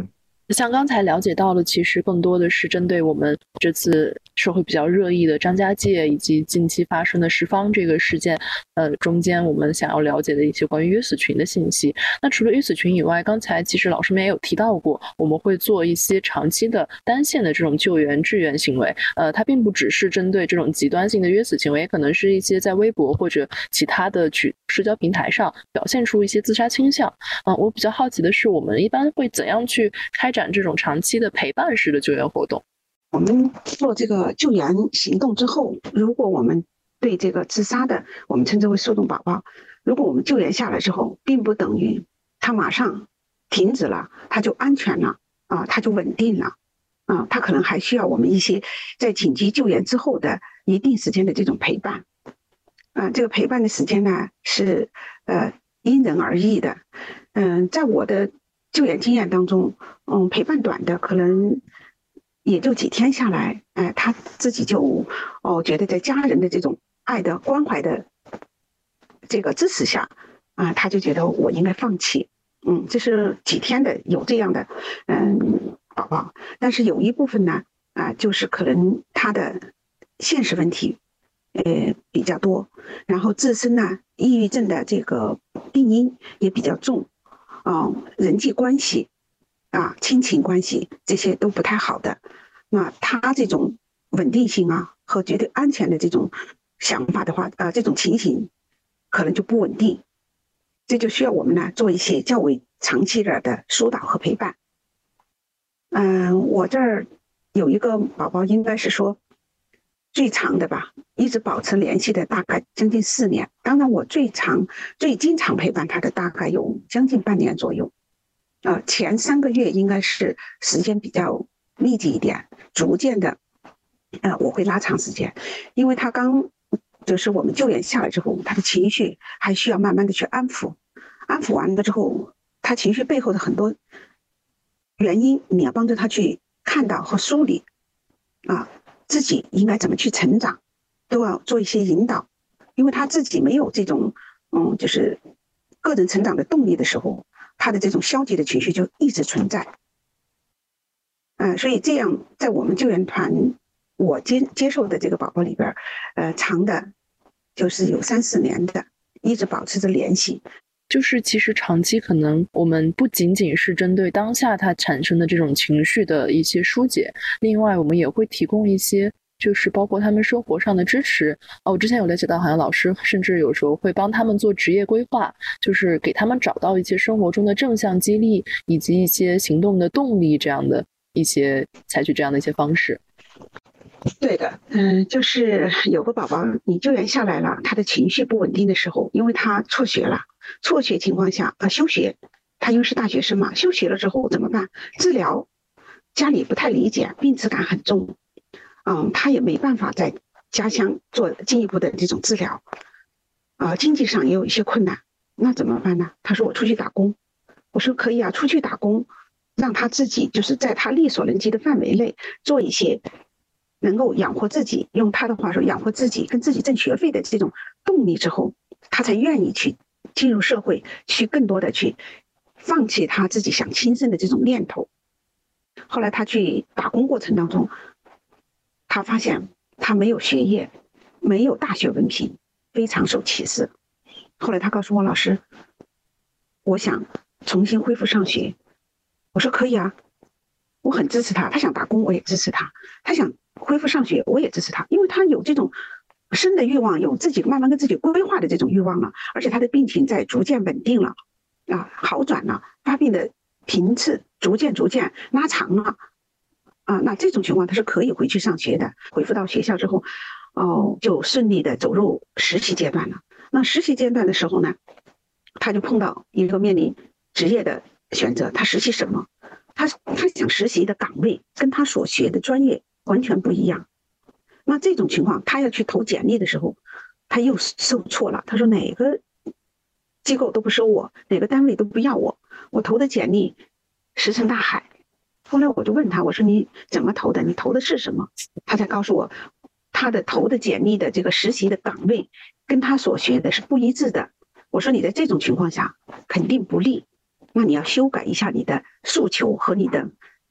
像刚才了解到了，其实更多的是针对我们这次社会比较热议的张家界以及近期发生的十方这个事件，呃，中间我们想要了解的一些关于约死群的信息。那除了约死群以外，刚才其实老师们也有提到过，我们会做一些长期的单线的这种救援志愿行为，呃，它并不只是针对这种极端性的约死行为，也可能是一些在微博或者其他的去社交平台上表现出一些自杀倾向。嗯、呃，我比较好奇的是，我们一般会怎样去开展这种长期的陪伴式的救援活动？ 我们做这个救援行动之后，如果我们对这个自杀的，我们称之为速冻宝宝，如果我们救援下来之后，并不等于他马上停止了，他就安全了啊，他就稳定了啊，他可能还需要我们一些在紧急救援之后的一定时间的这种陪伴啊，这个陪伴的时间呢是呃因人而异的，嗯，在我的救援经验当中，嗯，陪伴短的可能也就几天下来，哎、呃，他自己就哦觉得在家人的这种爱的关怀的这个支持下，啊、呃，他就觉得我应该放弃，嗯，这是几天的有这样的嗯宝宝，但是有一部分呢，啊、呃，就是可能他的现实问题，呃比较多，然后自身呢抑郁症的这个病因也比较重。啊、呃，人际关系啊，亲情关系这些都不太好的，那他这种稳定性啊和绝对安全的这种想法的话，呃，这种情形可能就不稳定，这就需要我们呢做一些较为长期的疏导和陪伴。嗯、呃，我这儿有一个宝宝，应该是说最长的吧，一直保持联系的大概将近四年。当然，我最长、最经常陪伴他的大概有将近半年左右。呃，前三个月应该是时间比较密集一点，逐渐的，呃，我会拉长时间，因为他刚就是我们救援下来之后，他的情绪还需要慢慢的去安抚，安抚完了之后，他情绪背后的很多原因，你要帮助他去看到和梳理，啊。自己应该怎么去成长，都要做一些引导，因为他自己没有这种，嗯，就是个人成长的动力的时候，他的这种消极的情绪就一直存在。嗯、呃，所以这样在我们救援团，我接接受的这个宝宝里边，呃，长的就是有三四年的，一直保持着联系。 就是其实长期可能我们不仅仅是针对当下它产生的这种情绪的一些疏解，另外我们也会提供一些就是包括他们生活上的支持。哦，我之前有了解到好像老师甚至有时候会帮他们做职业规划，就是给他们找到一些生活中的正向激励以及一些行动的动力，这样的一些采取这样的一些方式。 对的，嗯，就是有个宝宝你救援下来了，他的情绪不稳定的时候，因为他辍学了，辍学情况下呃休学，他因为是大学生嘛，休学了之后怎么办？治疗家里不太理解，病耻感很重，嗯，他也没办法在家乡做进一步的这种治疗，啊、呃，经济上也有一些困难，那怎么办呢？他说我出去打工，我说可以啊，出去打工，让他自己就是在他力所能及的范围内做一些能够养活自己，用他的话说养活自己跟自己挣学费的这种动力之后，他才愿意去进入社会，去更多的去放弃他自己想轻生的这种念头。后来他去打工过程当中，他发现他没有学业，没有大学文凭，非常受歧视。后来他告诉我，老师，我想重新恢复上学。我说可以啊，我很支持他，他想打工我也支持他，他想恢复上学我也支持他，因为他有这种生的欲望，有自己慢慢跟自己规划的这种欲望了，而且他的病情在逐渐稳定了啊，好转了，发病的频次逐渐逐渐拉长了啊，那这种情况他是可以回去上学的。恢复到学校之后，哦，就顺利的走入实习阶段了。那实习阶段的时候呢，他就碰到一个面临职业的选择，他实习什么？他他想实习的岗位跟他所学的专业完全不一样。那这种情况，他要去投简历的时候，他又受挫了。他说哪个机构都不收我，哪个单位都不要我，我投的简历石沉大海。后来我就问他，我说你怎么投的？你投的是什么？他才告诉我，他的投的简历的这个实习的岗位跟他所学的是不一致的。我说你在这种情况下肯定不利，那你要修改一下你的诉求和你的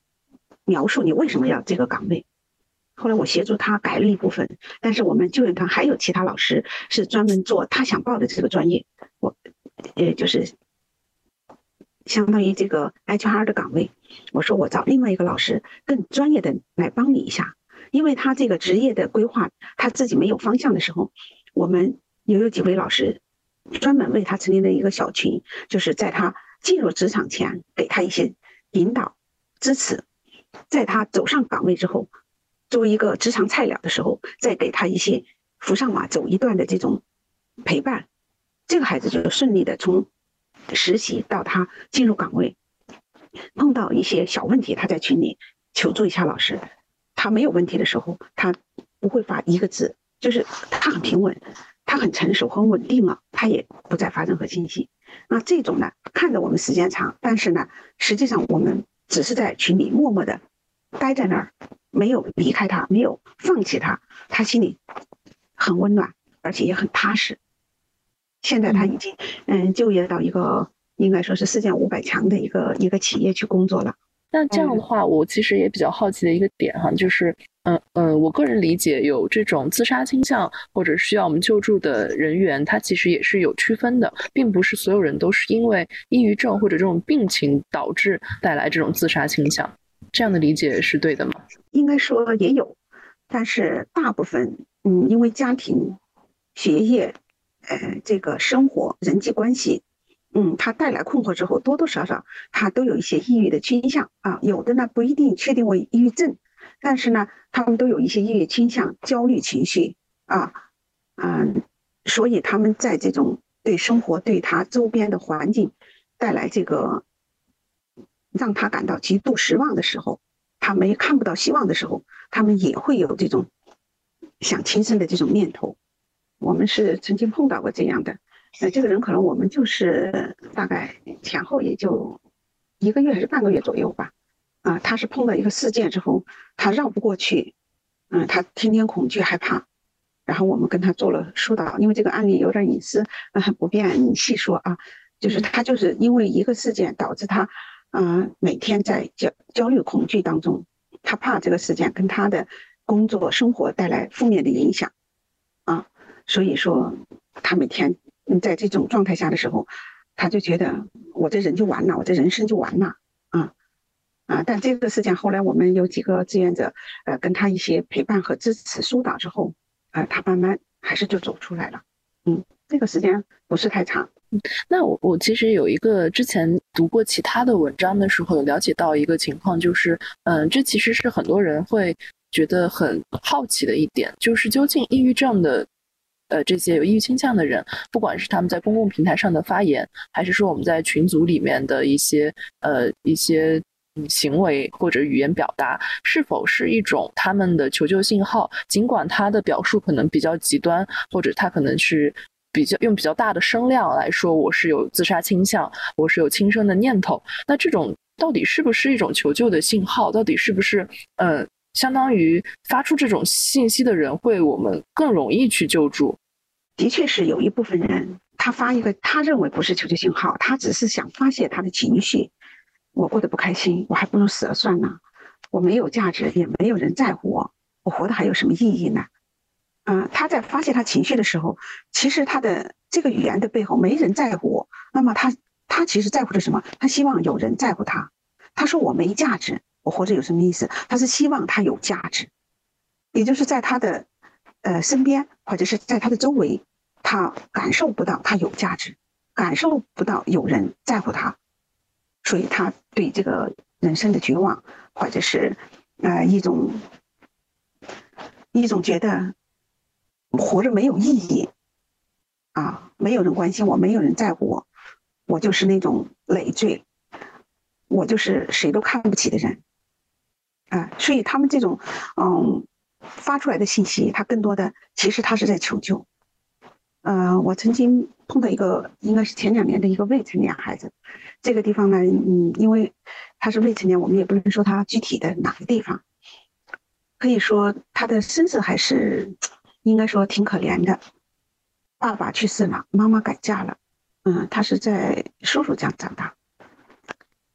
描述你为什么要这个岗位。后来我协助他改了一部分，但是我们救援团还有其他老师是专门做他想报的这个专业，我也就是相当于这个 H R 的岗位。我说我找另外一个老师更专业的来帮你一下，因为他这个职业的规划他自己没有方向的时候，我们也有几位老师专门为他成立了一个小群，就是在他进入职场前给他一些引导支持，在他走上岗位之后，作为一个职场菜鸟的时候，再给他一些扶上马走一段的这种陪伴，这个孩子就顺利的从实习到他进入岗位。碰到一些小问题，他在群里求助一下老师，他没有问题的时候，他不会发一个字，就是他很平稳，他很成熟很稳定了，他也不再发任何信息。那这种呢，看着我们时间长，但是呢，实际上我们只是在群里默默的待在那儿，没有离开他，没有放弃他，他心里很温暖，而且也很踏实。现在他已经嗯就业到一个应该说是世界五百强的一个一个企业去工作了。 那这样的话，我其实也比较好奇的一个点哈，就是，嗯嗯，我个人理解有这种自杀倾向或者需要我们救助的人员，他其实也是有区分的，并不是所有人都是因为抑郁症或者这种病情导致带来这种自杀倾向，这样的理解是对的吗？ 应该说也有，但是大部分，嗯，因为家庭、学业，呃，这个生活、人际关系。嗯，他带来困惑之后，多多少少他都有一些抑郁的倾向啊，有的呢不一定确定为抑郁症，但是呢，他们都有一些抑郁倾向、焦虑情绪啊，嗯，所以他们在这种对生活、对他周边的环境带来这个让他感到极度失望的时候，他没看不到希望的时候，他们也会有这种想轻生的这种念头。我们是曾经碰到过这样的。呃，这个人可能我们就是大概前后也就一个月还是半个月左右吧，啊，他是碰到一个事件之后，他绕不过去，嗯，他天天恐惧害怕，然后我们跟他做了疏导，因为这个案例有点隐私，呃，不便细说啊，就是他就是因为一个事件导致他，嗯、呃，每天在焦焦虑恐惧当中，他怕这个事件跟他的工作生活带来负面的影响，啊，所以说他每天。在这种状态下的时候，他就觉得我这人就完了，我这人生就完了啊啊！但这个事件后来我们有几个志愿者，呃，跟他一些陪伴和支持疏导之后，呃，他慢慢还是就走出来了。嗯，这个时间不是太长。 嗯，那我我其实有一个之前读过其他的文章的时候，有了解到一个情况，就是嗯，这其实是很多人会觉得很好奇的一点，就是究竟抑郁症的。呃，这些有抑郁倾向的人，不管是他们在公共平台上的发言，还是说我们在群组里面的一些呃一些行为或者语言表达，是否是一种他们的求救信号？尽管他的表述可能比较极端，或者他可能是比较用比较大的声量来说，我是有自杀倾向，我是有轻生的念头。那这种到底是不是一种求救的信号？到底是不是呃？相当于发出这种信息的人会我们更容易去救助。 的确是有一部分人他发一个他认为不是求救信号，他只是想发泄他的情绪，我过得不开心，我还不如死了算了，我没有价值，也没有人在乎我，我活得还有什么意义呢？嗯、呃，他在发泄他情绪的时候，其实他的这个语言的背后没人在乎我，那么他他其实在乎的什么？他希望有人在乎他，他说我没价值，我活着有什么意思？他是希望他有价值，也就是在他的呃身边或者是在他的周围，他感受不到他有价值，感受不到有人在乎他，所以他对这个人生的绝望，或者是呃一种一种觉得活着没有意义啊，没有人关心我，没有人在乎我，我就是那种累赘，我就是谁都看不起的人。啊，所以他们这种，嗯，发出来的信息，他更多的其实他是在求救。呃，我曾经碰到一个，应该是前两年的一个未成年孩子，这个地方呢，嗯，因为他是未成年，我们也不能说他具体的哪个地方，可以说他的身世还是应该说挺可怜的。爸爸去世了，妈妈改嫁了，嗯，他是在叔叔家长大。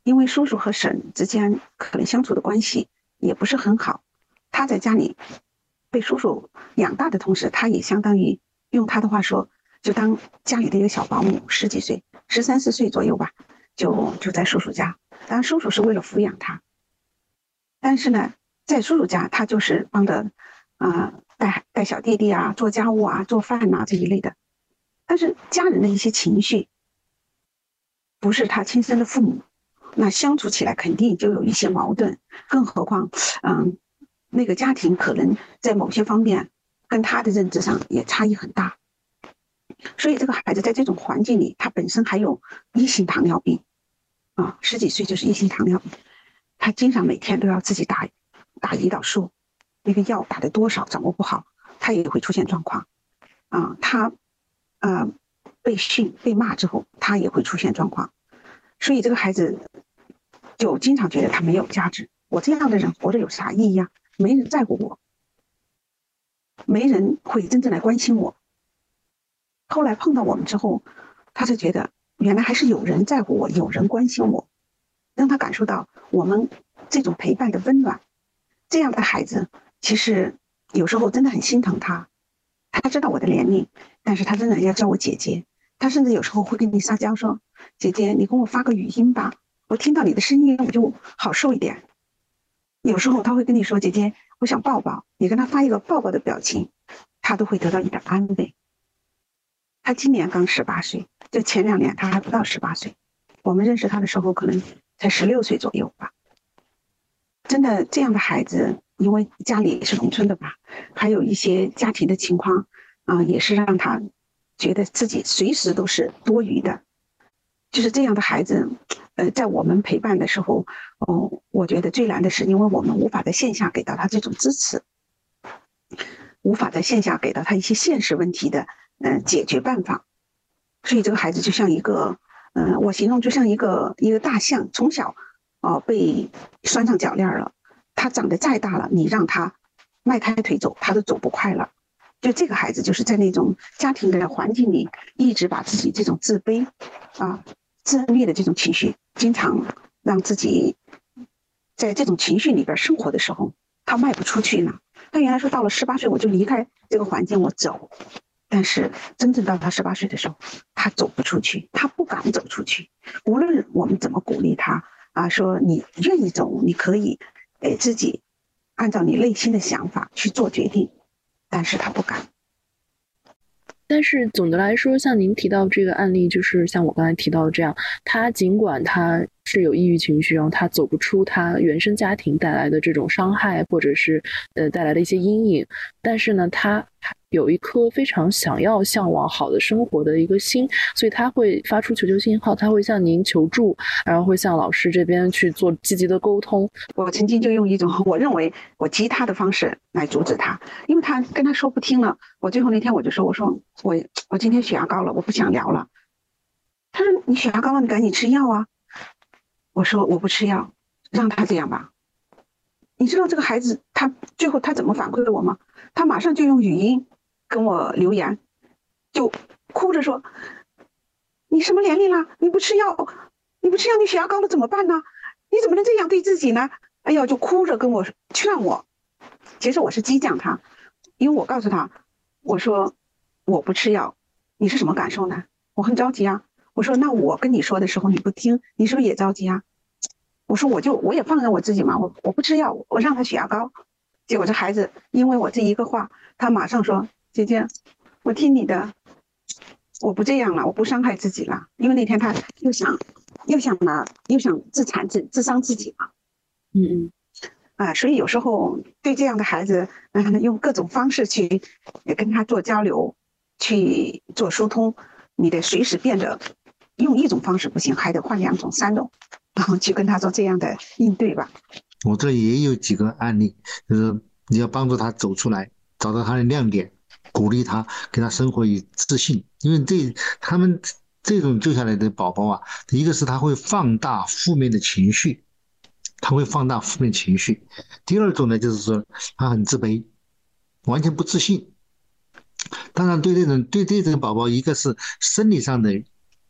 因为叔叔和婶之间可能相处的关系也不是很好，他在家里被叔叔养大的同时，他也相当于用他的话说，就当家里的一个小保姆，十几岁，十三四岁左右吧，就就在叔叔家。当然，叔叔是为了抚养他，但是呢，在叔叔家，他就是帮着啊、呃、带带小弟弟啊，做家务啊，做饭呐、啊、这一类的。但是家人的一些情绪，不是他亲生的父母，那相处起来肯定就有一些矛盾。更何况，嗯，那个家庭可能在某些方面跟他的认知上也差异很大。所以这个孩子在这种环境里，他本身还有一型糖尿病啊，十几岁就是一型糖尿病，他经常每天都要自己打打胰岛素，那个药打的多少掌握不好，他也会出现状况啊。他呃被训被骂之后，他也会出现状况，所以这个孩子就经常觉得他没有价值。我这样的人活着有啥意义啊？没人在乎我，没人会真正来关心我。后来碰到我们之后，他就觉得原来还是有人在乎我，有人关心我，让他感受到我们这种陪伴的温暖。这样的孩子其实有时候真的很心疼他，他知道我的年龄，但是他真的要叫我姐姐。他甚至有时候会跟你撒娇说，姐姐你给我发个语音吧，我听到你的声音我就好受一点。有时候他会跟你说，姐姐我想抱抱，你跟他发一个抱抱的表情，他都会得到一点安慰。他今年刚十八岁，就前两年他还不到十八岁，我们认识他的时候可能才十六岁左右吧。真的这样的孩子，因为家里是农村的吧，还有一些家庭的情况啊、呃，也是让他觉得自己随时都是多余的。就是这样的孩子，呃，在我们陪伴的时候，哦，我觉得最难的是，因为我们无法在线下给到他这种支持，无法在线下给到他一些现实问题的呃解决办法，所以这个孩子就像一个，呃，我形容就像一个一个大象，从小哦、呃、被拴上脚链了，他长得再大了，你让他迈开腿走，他都走不快了。就这个孩子就是在那种家庭的环境里，一直把自己这种自卑啊、自虐的这种情绪，经常让自己在这种情绪里边生活的时候，他迈不出去呢。他原来说到了十八岁我就离开这个环境我走，但是真正到他十八岁的时候，他走不出去，他不敢走出去。无论我们怎么鼓励他啊，说你愿意走，你可以给自己按照你内心的想法去做决定，但是他不敢。 但是总的来说，像您提到这个案例，就是像我刚才提到的这样，他尽管他是有抑郁情绪，然后他走不出他原生家庭带来的这种伤害，或者是呃带来的一些阴影，但是呢，他有一颗非常想要向往好的生活的一个心，所以他会发出求救信号，他会向您求助，然后会向老师这边去做积极的沟通。 我曾经就用一种我认为我激他的方式来阻止他，因为他跟他说不听了，我最后那天我就说，我说我我今天血压高了，我不想聊了。他说你血压高了，你赶紧吃药啊。我说我不吃药，让他这样吧。你知道这个孩子他最后他怎么反馈给我吗？他马上就用语音跟我留言，就哭着说，你什么年龄了，你不吃药，你不吃药你血压高了怎么办呢？你怎么能这样对自己呢？哎呀，就哭着跟我劝我。其实我是激将他，因为我告诉他，我说我不吃药，你是什么感受呢？我很着急啊。我说那我跟你说的时候你不听，你是不是也着急啊？我说我就我也放任我自己嘛，我我不吃药，我让他血压高。结果这孩子因为我这一个话，他马上说，姐姐我听你的，我不这样了，我不伤害自己了。因为那天他又想又想拿又想自残自自伤自己嘛。 嗯嗯啊、呃，所以有时候对这样的孩子，嗯、呃，用各种方式去跟他做交流，去做疏通，你得随时变得用一种方式不行，还得换两种、三种，然后去跟他做这样的应对吧。 我这里也有几个案例，就是你要帮助他走出来，找到他的亮点，鼓励他，给他生活以自信。因为这他们这种救下来的宝宝啊，一个是他会放大负面的情绪，他会放大负面情绪。第二种呢，就是说他很自卑，完全不自信。当然，对这种对这种宝宝，一个是生理上的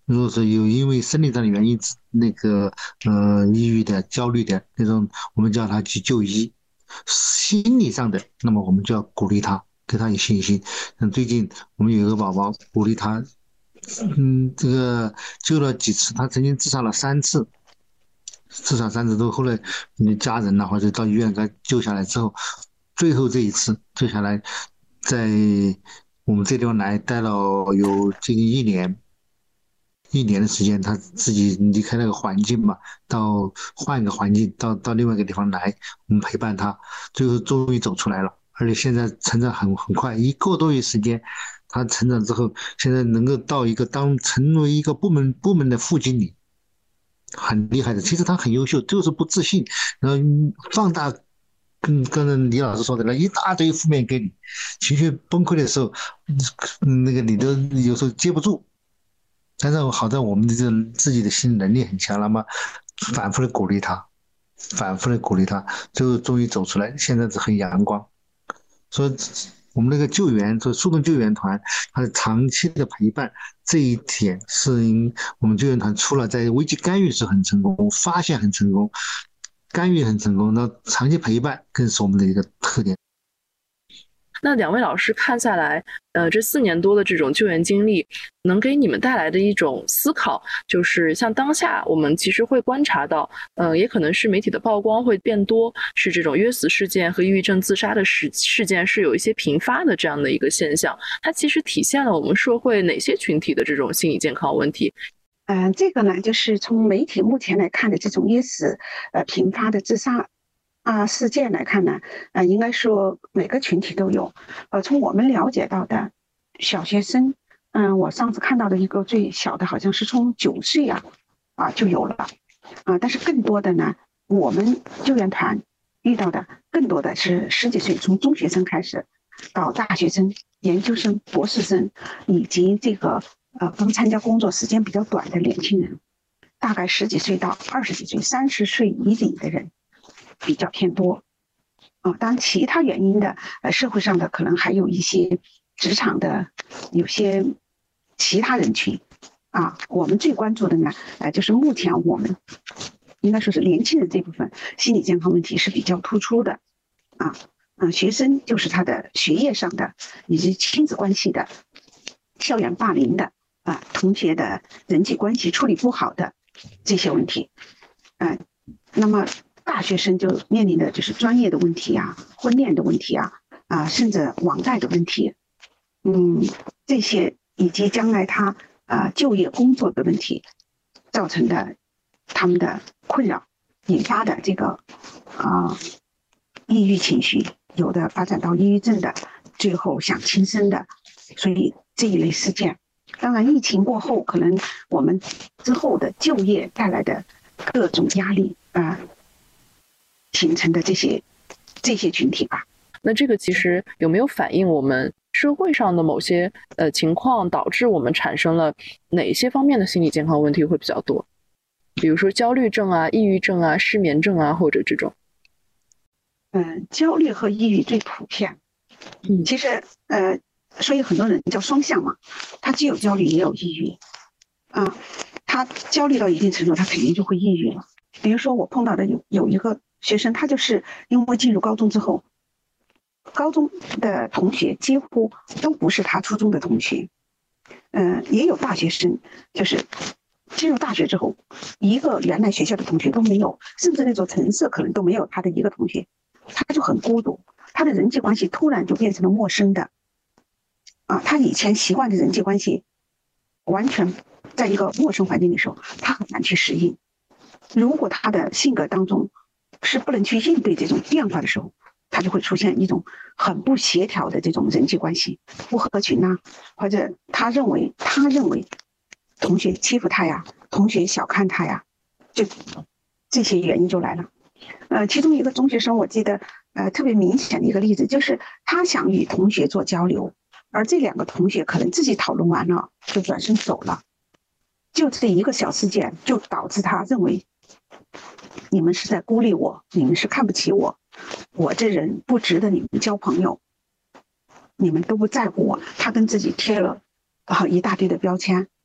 如果说有因为生理上的原因，那个呃抑郁的、焦虑的那种，我们叫他去就医；心理上的，那么我们就要鼓励他，给他有信心。像最近我们有一个宝宝，鼓励他，嗯，这个救了几次，他曾经自杀了三次，自杀三次都后来你家人呐、或者到医院给他救下来之后，最后这一次救下来，在我们这地方来待了有接近一年。一年的时间，他自己离开那个环境嘛，到换一个环境，到到另外一个地方来，我们陪伴他，最后终于走出来了，而且现在成长很很快，一个多月时间，他成长之后，现在能够到一个当成为一个部门部门的副经理，很厉害的。其实他很优秀，就是不自信，然后放大。跟跟李老师说的那一大堆负面给你，情绪崩溃的时候，那个你都有时候接不住，但是好在我们的这自己的心理能力很强，那么反复的鼓励他，反复的鼓励他，最后终于走出来，现在是很阳光。所以我们那个救援，就速动救援团，它的长期的陪伴，这一点是我们救援团除了在危机干预是很成功，发现很成功，干预很成功，那长期陪伴更是我们的一个特点。 那两位老师看下来，呃，这四年多的这种救援经历，能给你们带来的一种思考，就是像当下我们其实会观察到，呃，也可能是媒体的曝光会变多，是这种约死事件和抑郁症自杀的事事件是有一些频发的这样的一个现象，它其实体现了我们社会哪些群体的这种心理健康问题？ 嗯、呃，这个呢，就是从媒体目前来看的这种约死呃频发的自杀。啊，事件来看呢，呃，应该说每个群体都有。呃，从我们了解到的小学生，嗯、呃，我上次看到的一个最小的，好像是从九岁啊啊就有了，啊，但是更多的呢，我们救援团遇到的更多的是十几岁，从中学生开始到大学生、研究生、博士生，以及这个呃刚参加工作时间比较短的年轻人，大概十几岁到二十几岁、三十岁以里的人。比较偏多啊，当然其他原因的，呃，社会上的可能还有一些职场的有些其他人群啊。我们最关注的呢，呃，就是目前我们应该说是年轻人这部分心理健康问题是比较突出的啊。嗯、呃，学生就是他的学业上的以及亲子关系的、校园霸凌的啊、呃，同学的人际关系处理不好的这些问题，嗯、呃，那么。大学生就面临的就是专业的问题啊，婚恋的问题啊，啊，甚至网贷的问题，嗯，这些以及将来他啊就业工作的问题造成的他们的困扰引发的这个啊抑郁情绪，有的发展到抑郁症的，最后想轻生的，所以这一类事件，当然疫情过后，可能我们之后的就业带来的各种压力啊。形成的这些这些群体吧。 那这个其实有没有反映我们社会上的某些呃情况，导致我们产生了哪些方面的心理健康问题会比较多？比如说焦虑症啊、抑郁症啊、失眠症啊，或者这种。 嗯，焦虑和抑郁最普遍。嗯，其实呃，所以很多人叫双向嘛，他既有焦虑也有抑郁啊。他焦虑到一定程度，他肯定就会抑郁了。比如说我碰到的有有一个。学生他就是因为进入高中之后，高中的同学几乎都不是他初中的同学，嗯、呃，也有大学生就是进入大学之后，一个原来学校的同学都没有，甚至那座城市可能都没有他的一个同学，他就很孤独，他的人际关系突然就变成了陌生的，啊，他以前习惯的人际关系，完全在一个陌生环境里的时候，他很难去适应。如果他的性格当中是不能去应对这种变化的时候，他就会出现一种很不协调的这种人际关系，不合群呐、啊，或者他认为他认为同学欺负他呀，同学小看他呀，就这些原因就来了。呃，其中一个中学生，我记得呃特别明显的一个例子，就是他想与同学做交流，而这两个同学可能自己讨论完了就转身走了，就这一个小事件就导致他认为。你们是在孤立我，你们是看不起我，我这人不值得你们交朋友，你们都不在乎我，他跟自己贴了啊一大堆的标签，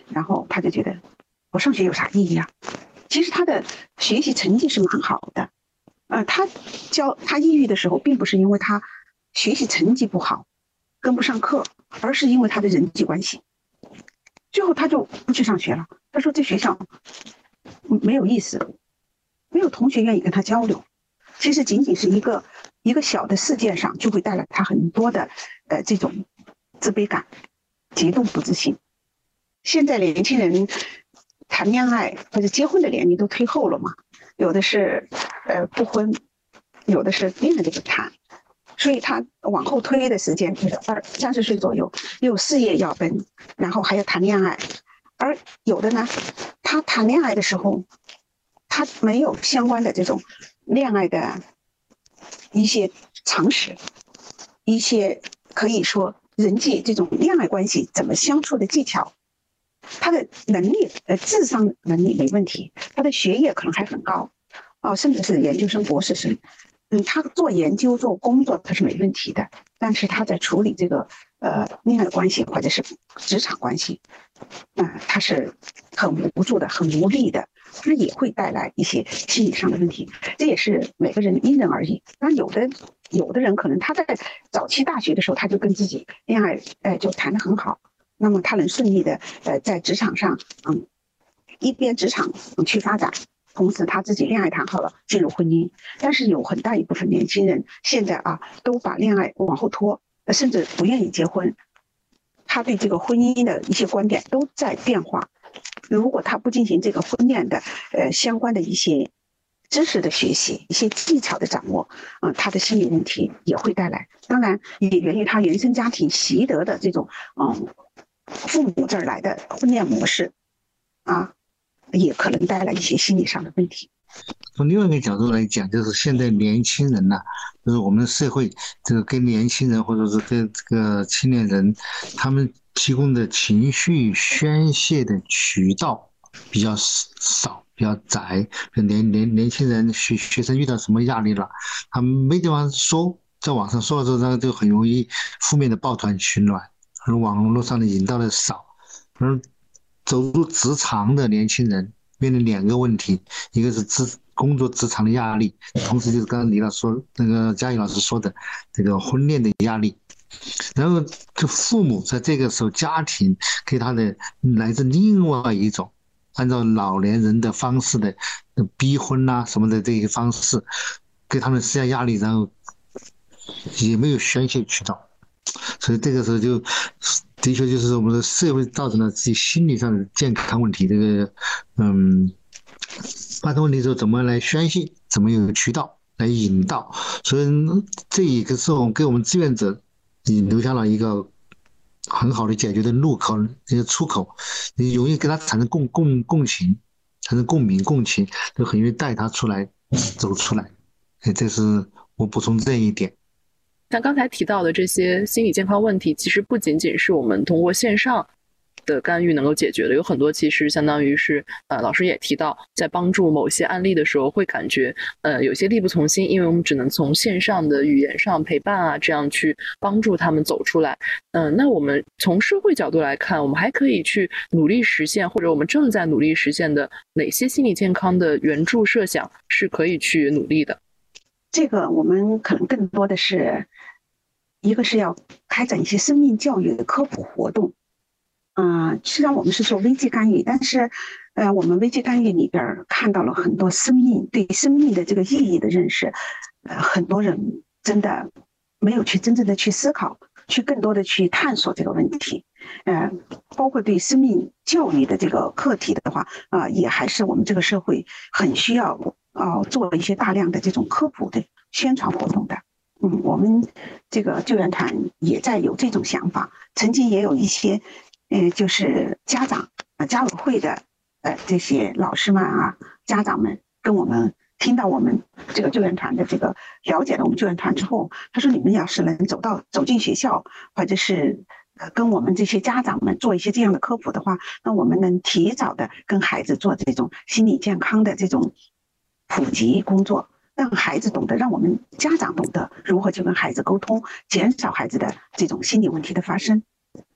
然后他就觉得我上学有啥意义啊？其实他的学习成绩是蛮好的，呃，他教他抑郁的时候，并不是因为他学习成绩不好，跟不上课，而是因为他的人际关系。最后他就不去上学了，他说这学校没有意思，没有同学愿意跟他交流。其实仅仅是一个一个小的事件上，就会带来他很多的呃这种自卑感，极度不自信。现在年轻人谈恋爱或者结婚的年龄都推后了嘛，有的是呃不婚，有的是恋爱就不谈，所以他往后推的时间就是二三十岁左右，又有事业要奔，然后还要谈恋爱。而有的呢，他谈恋爱的时候，他没有相关的这种恋爱的一些常识，一些可以说人际这种恋爱关系怎么相处的技巧。他的能力呃智商能力没问题，他的学业可能还很高哦，甚至是研究生博士生。嗯，他做研究做工作他是没问题的，但是他在处理这个呃恋爱关系或者是职场关系，啊、呃，他是很无助的，很无力的，他也会带来一些心理上的问题。这也是每个人因人而异。那有的有的人可能他在早期大学的时候，他就跟自己恋爱，哎、呃，就谈得很好，那么他能顺利的呃在职场上，嗯，一边职场、嗯、去发展。同时他自己恋爱谈好了进入婚姻，但是有很大一部分年轻人现在啊都把恋爱往后拖，甚至不愿意结婚，他对这个婚姻的一些观点都在变化。如果他不进行这个婚恋的呃相关的一些知识的学习，一些技巧的掌握，嗯、呃，他的心理问题也会带来。当然也源于他原生家庭习得的这种嗯父母这儿来的婚恋模式啊。也可能带来一些心理上的问题。 从另外一个角度来讲，就是现在年轻人呐、啊，就是我们的社会这个跟年轻人或者是跟这个青年人，他们提供的情绪宣泄的渠道比较少，比较窄。年年年轻人学学生遇到什么压力了，他们没地方说，在网上说的时候，那就很容易负面的抱团取暖，而网络上的引导的少，而走入职场的年轻人面临两个问题，一个是职工作职场的压力，同时就是刚刚李老师说那个佳怡老师说的这个婚恋的压力，然后就父母在这个时候家庭给他的来自另外一种按照老年人的方式的逼婚啊什么的这些方式给他们施加压力，然后也没有宣泄渠道，所以这个时候就的确就是我们的社会造成了自己心理上的健康问题。这个，嗯，发生问题之后怎么来宣泄，怎么有渠道来引导，所以这一个是我们给我们志愿者也留下了一个很好的解决的路口，一个出口，你容易跟他产生共共共情，产生共鸣共情，就很容易带他出来走出来。这是我补充这一点。 像刚才提到的这些心理健康问题，其实不仅仅是我们通过线上的干预能够解决的，有很多其实相当于是呃，老师也提到，在帮助某些案例的时候，会感觉呃有些力不从心，因为我们只能从线上的语言上陪伴啊，这样去帮助他们走出来。嗯、呃，那我们从社会角度来看，我们还可以去努力实现，或者我们正在努力实现的哪些心理健康的援助设想是可以去努力的？ 这个我们可能更多的是，一个是要开展一些生命教育的科普活动。嗯、呃，虽然我们是做危机干预，但是，呃，我们危机干预里边看到了很多生命对生命的这个意义的认识，呃，很多人真的没有去真正的去思考，去更多的去探索这个问题。呃，包括对生命教育的这个课题的话，啊、呃，也还是我们这个社会很需要。哦，做一些大量的这种科普的宣传活动的，嗯，我们这个救援团也在有这种想法。曾经也有一些，呃，就是家长啊、家委会的呃这些老师们啊、家长们跟我们听到我们这个救援团的这个了解了我们救援团之后，他说你们要是能走到走进学校，或者是呃跟我们这些家长们做一些这样的科普的话，那我们能提早的跟孩子做这种心理健康的这种普及工作，让孩子懂得，让我们家长懂得如何去跟孩子沟通，减少孩子的这种心理问题的发生。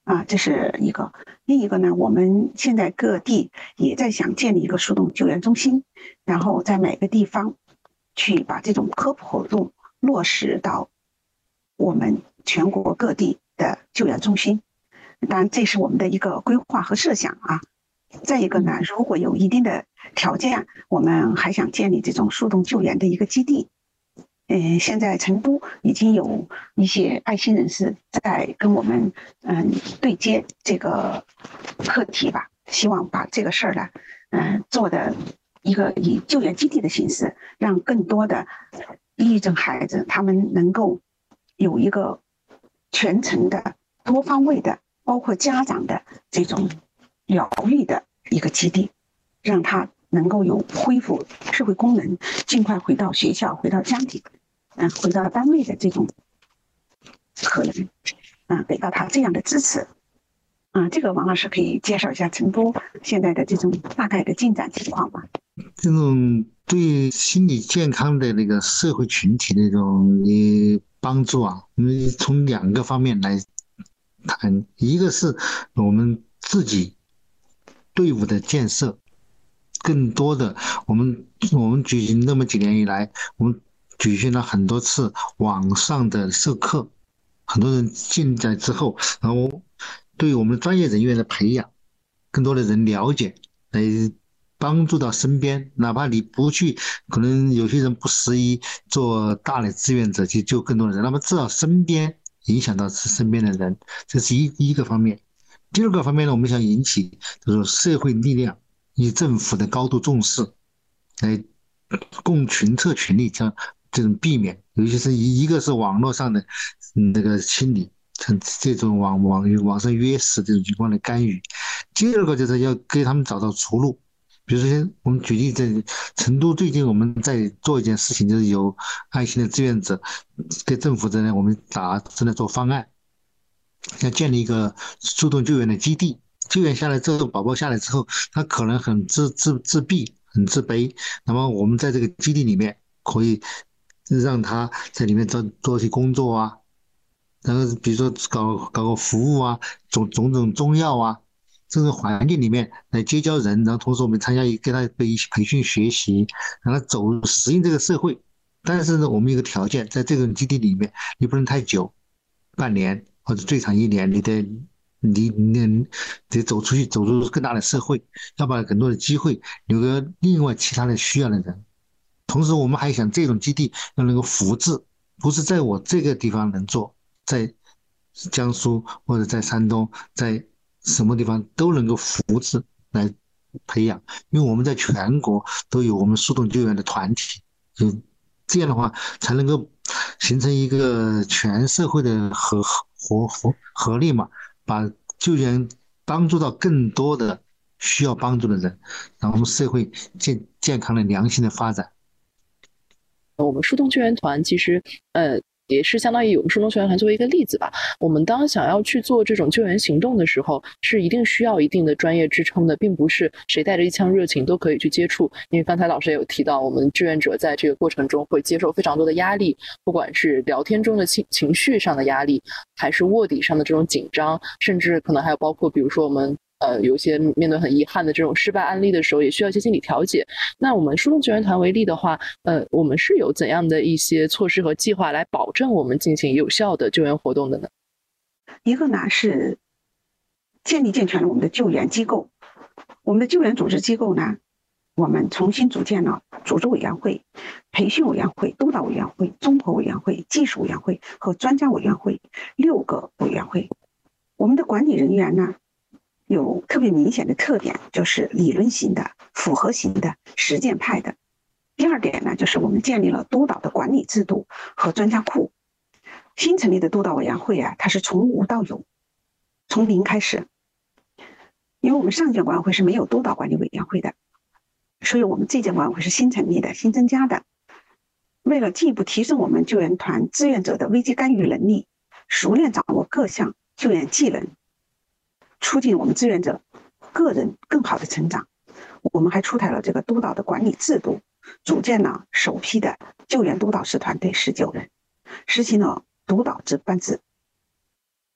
啊，这是一个。另一个呢，我们现在各地也在想建立一个速冻救援中心，然后在每个地方去把这种科普活动落实到我们全国各地的救援中心。当然，这是我们的一个规划和设想啊。再一个呢，如果有一定的条件，我们还想建立这种速冻救援的一个基地。嗯，现在成都已经有一些爱心人士在跟我们嗯对接这个课题吧，希望把这个事儿呢，嗯做的一个以救援基地的形式，让更多的抑郁症孩子他们能够有一个全程的、多方位的，包括家长的这种疗愈的一个基地，让他能够有恢复社会功能，尽快回到学校、回到家庭。嗯，回到单位的这种可能，嗯，给到他这样的支持，嗯，这个王老师可以介绍一下成都现在的这种大概的进展情况吗？ 这种对心理健康的那个社会群体那种呃帮助啊，我们从两个方面来谈，一个是我们自己队伍的建设，更多的我们我们举行那么几年以来，我们举行了很多次网上的授课，很多人进来之后，然后对我们专业人员的培养，更多的人了解，来帮助到身边，哪怕你不去，可能有些人不适宜做大的志愿者去救更多的人，那么至少身边影响到身边的人，这是一一个方面。第二个方面呢，我们想引起就是社会力量以政府的高度重视，来共群策群力，这样这种避免，尤其是一一个是网络上的那个清理，这种网网网上约死这种情况的干预。第二个就是要给他们找到出路，比如说我们举例，在成都最近我们在做一件事情，就是有爱心的志愿者跟政府这边我们打正在做方案，要建立一个速冻救援的基地。救援下来之后，宝宝下来之后，他可能很自自自闭，很自卑。那么我们在这个基地里面，可以让他在里面做做一些工作啊，然后比如说搞搞个服务啊，种种种中药啊，这种环境里面来结交人，然后同时我们参加一跟他培培训学习，让他走适应这个社会。但是呢，我们有个条件，在这种基地里面，你不能太久，半年或者最长一年，你得你你得走出去，走入更大的社会，要把更多的机会留给另外其他的需要的人。同时，我们还想这种基地要能够复制，不是在我这个地方能做，在江苏或者在山东，在什么地方都能够复制来培养，因为我们在全国都有我们速冻救援的团体，就这样的话才能够形成一个全社会的合合合合力嘛，把救援帮助到更多的需要帮助的人，让我们社会健健康的良性的发展。 我们速冻救援团其实呃也是相当于我们速冻救援团作为一个例子吧。我们当想要去做这种救援行动的时候，是一定需要一定的专业支撑的，并不是谁带着一腔热情都可以去接触。因为刚才老师也有提到，我们志愿者在这个过程中会接受非常多的压力，不管是聊天中的情情绪上的压力，还是卧底上的这种紧张，甚至可能还有包括比如说我们呃，有些面对很遗憾的这种失败案例的时候，也需要一些心理调节。那我们速冻救援团为例的话，呃，我们是有怎样的一些措施和计划来保证我们进行有效的救援活动的呢？ 一个呢是建立健全了我们的救援机构，我们的救援组织机构呢，我们重新组建了组织委员会、培训委员会、督导委员会、综合委员会、技术委员会和专家委员会六个委员会。我们的管理人员呢，有特别明显的特点，就是理论型的、复合型的、实践派的。第二点呢，就是我们建立了督导的管理制度和专家库。新成立的督导委员会啊，它是从无到有，从零开始。因为我们上届管委会是没有督导管理委员会的，所以我们这届管委会是新成立的、新增加的。为了进一步提升我们救援团志愿者的危机干预能力，熟练掌握各项救援技能，促进我们志愿者个人更好的成长，我们还出台了这个督导的管理制度，组建了首批的救援督导师团队十九人，实行了督导制班制。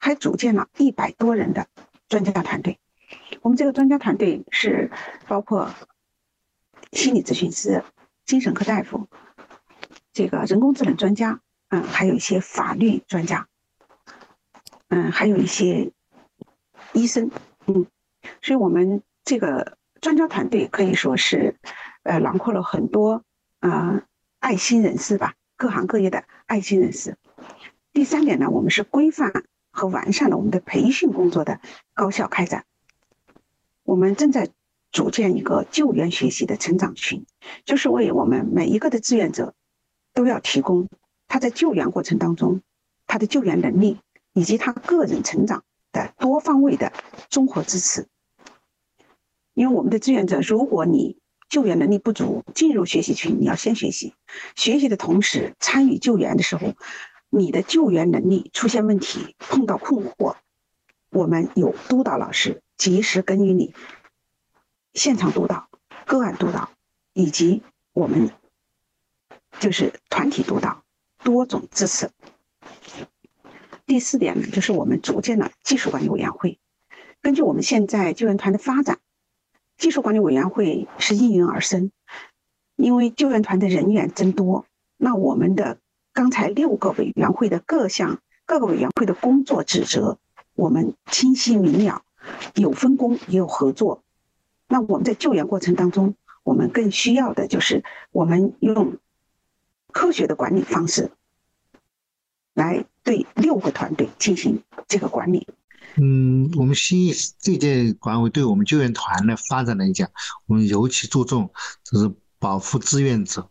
还组建了一百多人的专家团队。我们这个专家团队是包括心理咨询师、精神科大夫、这个人工智能专家，嗯，还有一些法律专家，嗯，还有一些医生，嗯，所以我们这个专家团队可以说是，呃，囊括了很多呃爱心人士吧，各行各业的爱心人士。第三点呢，我们是规范和完善了我们的培训工作的高效开展。我们正在组建一个救援学习的成长群，就是为我们每一个的志愿者都要提供他在救援过程当中他的救援能力以及他个人成长的多方位的综合支持。因为我们的志愿者，如果你救援能力不足，进入学习群，你要先学习，学习的同时参与救援的时候，你的救援能力出现问题，碰到困惑，我们有督导老师及时给予你现场督导、个案督导，以及我们就是团体督导，多种支持。第四点呢，就是我们组建了技术管理委员会。根据我们现在救援团的发展，技术管理委员会是应运而生。因为救援团的人员增多，那我们的刚才六个委员会的各项各个委员会的工作职责，我们清晰明了，有分工也有合作。那我们在救援过程当中，我们更需要的就是我们用科学的管理方式来对六个团队进行这个管理。 嗯，我们新义这届管委对我们救援团的发展来讲，我们尤其注重就是保护志愿者。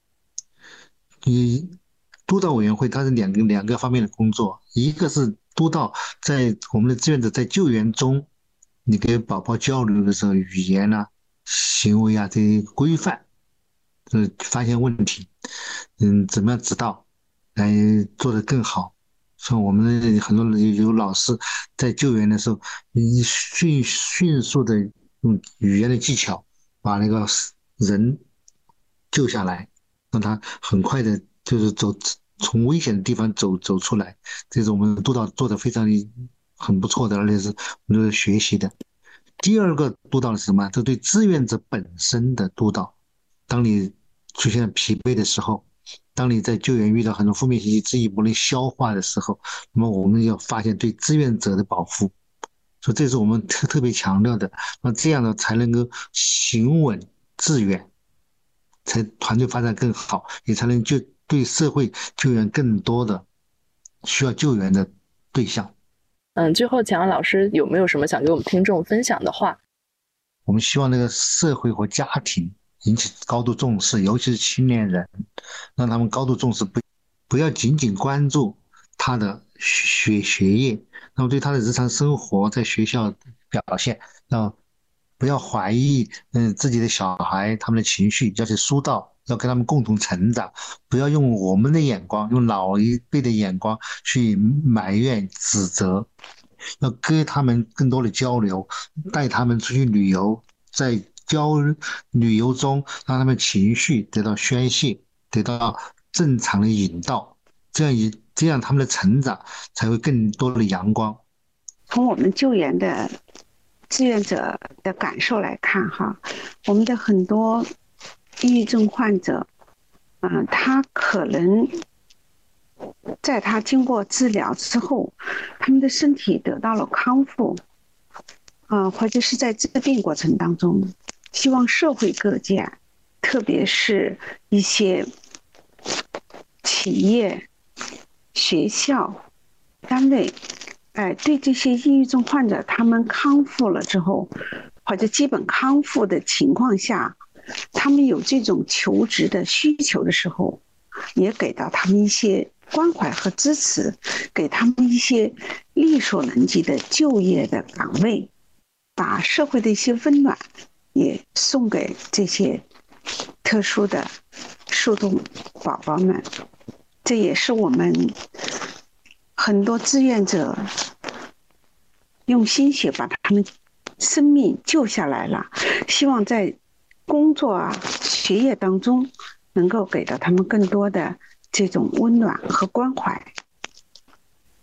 你督导委员会它是两个两个方面的工作，一个是督导在我们的志愿者在救援中，你跟宝宝交流的时候，语言啊、行为啊这些规范，就是发现问题，嗯，怎么样指导来做得更好。像我们的很多人有老师在救援的时候，迅迅速的用语言的技巧把那个人救下来，让他很快的就是走从危险的地方走走出来，这是我们督导做的非常很不错的，而且是我们学习的。第二个督导是什么？这对志愿者本身的督导。当你出现疲惫的时候，当你在救援遇到很多负面信息，自己不能消化的时候，那么我们要发现对志愿者的保护，所以这是我们特特别强调的。那这样呢，才能够行稳致远，才团队发展更好，也才能就对社会救援更多的需要救援的对象。 嗯，最后蒋老师有没有什么想给我们听众分享的话？ 我们希望那个社会和家庭引起高度重视，尤其是青年人，让他们高度重视，不不要仅仅关注他的学学业，那么对他的日常生活在学校表现，要不要怀疑嗯自己的小孩他们的情绪，要去疏导，要跟他们共同成长，不要用我们的眼光，用老一辈的眼光去埋怨指责，要跟他们更多的交流，带他们出去旅游，在交旅游中让他们情绪得到宣泄，得到正常的引导，这样一这样他们的成长才会更多的阳光。 从我们救援的志愿者的感受来看哈，我们的很多抑郁症患者，嗯、呃，他可能在他经过治疗之后，他们的身体得到了康复，啊、呃，或者是在治病过程当中，希望社会各界，特别是一些企业、学校、单位，哎，对这些抑郁症患者，他们康复了之后，或者基本康复的情况下，他们有这种求职的需求的时候，也给到他们一些关怀和支持，给他们一些力所能及的就业的岗位，把社会的一些温暖也送给这些特殊的树洞宝宝们。这也是我们很多志愿者用心血把他们生命救下来了，希望在工作啊、学业当中能够给到他们更多的这种温暖和关怀。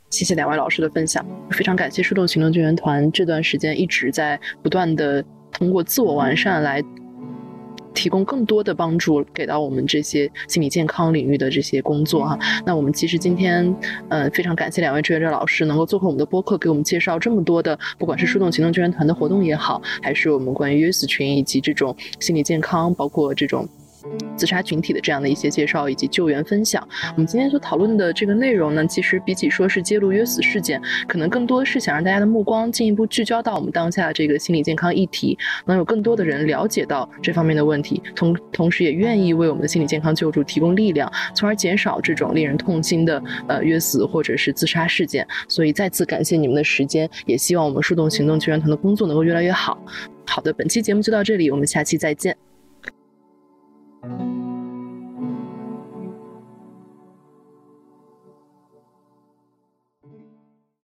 谢谢两位老师的分享，非常感谢树洞行动救援团这段时间一直在不断的通过自我完善来提供更多的帮助给到我们这些心理健康领域的这些工作哈。那我们其实今天呃非常感谢两位志愿者老师能够做客我们的播客，给我们介绍这么多的不管是树洞行动救援团的活动也好，还是我们关于约死群以及这种心理健康包括这种自杀群体的这样的一些介绍以及救援分享。我们今天所讨论的这个内容呢，其实比起说是揭露约死事件，可能更多的是想让大家的目光进一步聚焦到我们当下这个心理健康议题，能有更多的人了解到这方面的问题，同同时也愿意为我们的心理健康救助提供力量，从而减少这种令人痛心的呃约死或者是自杀事件。所以再次感谢你们的时间，也希望我们树洞行动救援团的工作能够越来越好。好的，本期节目就到这里，我们下期再见。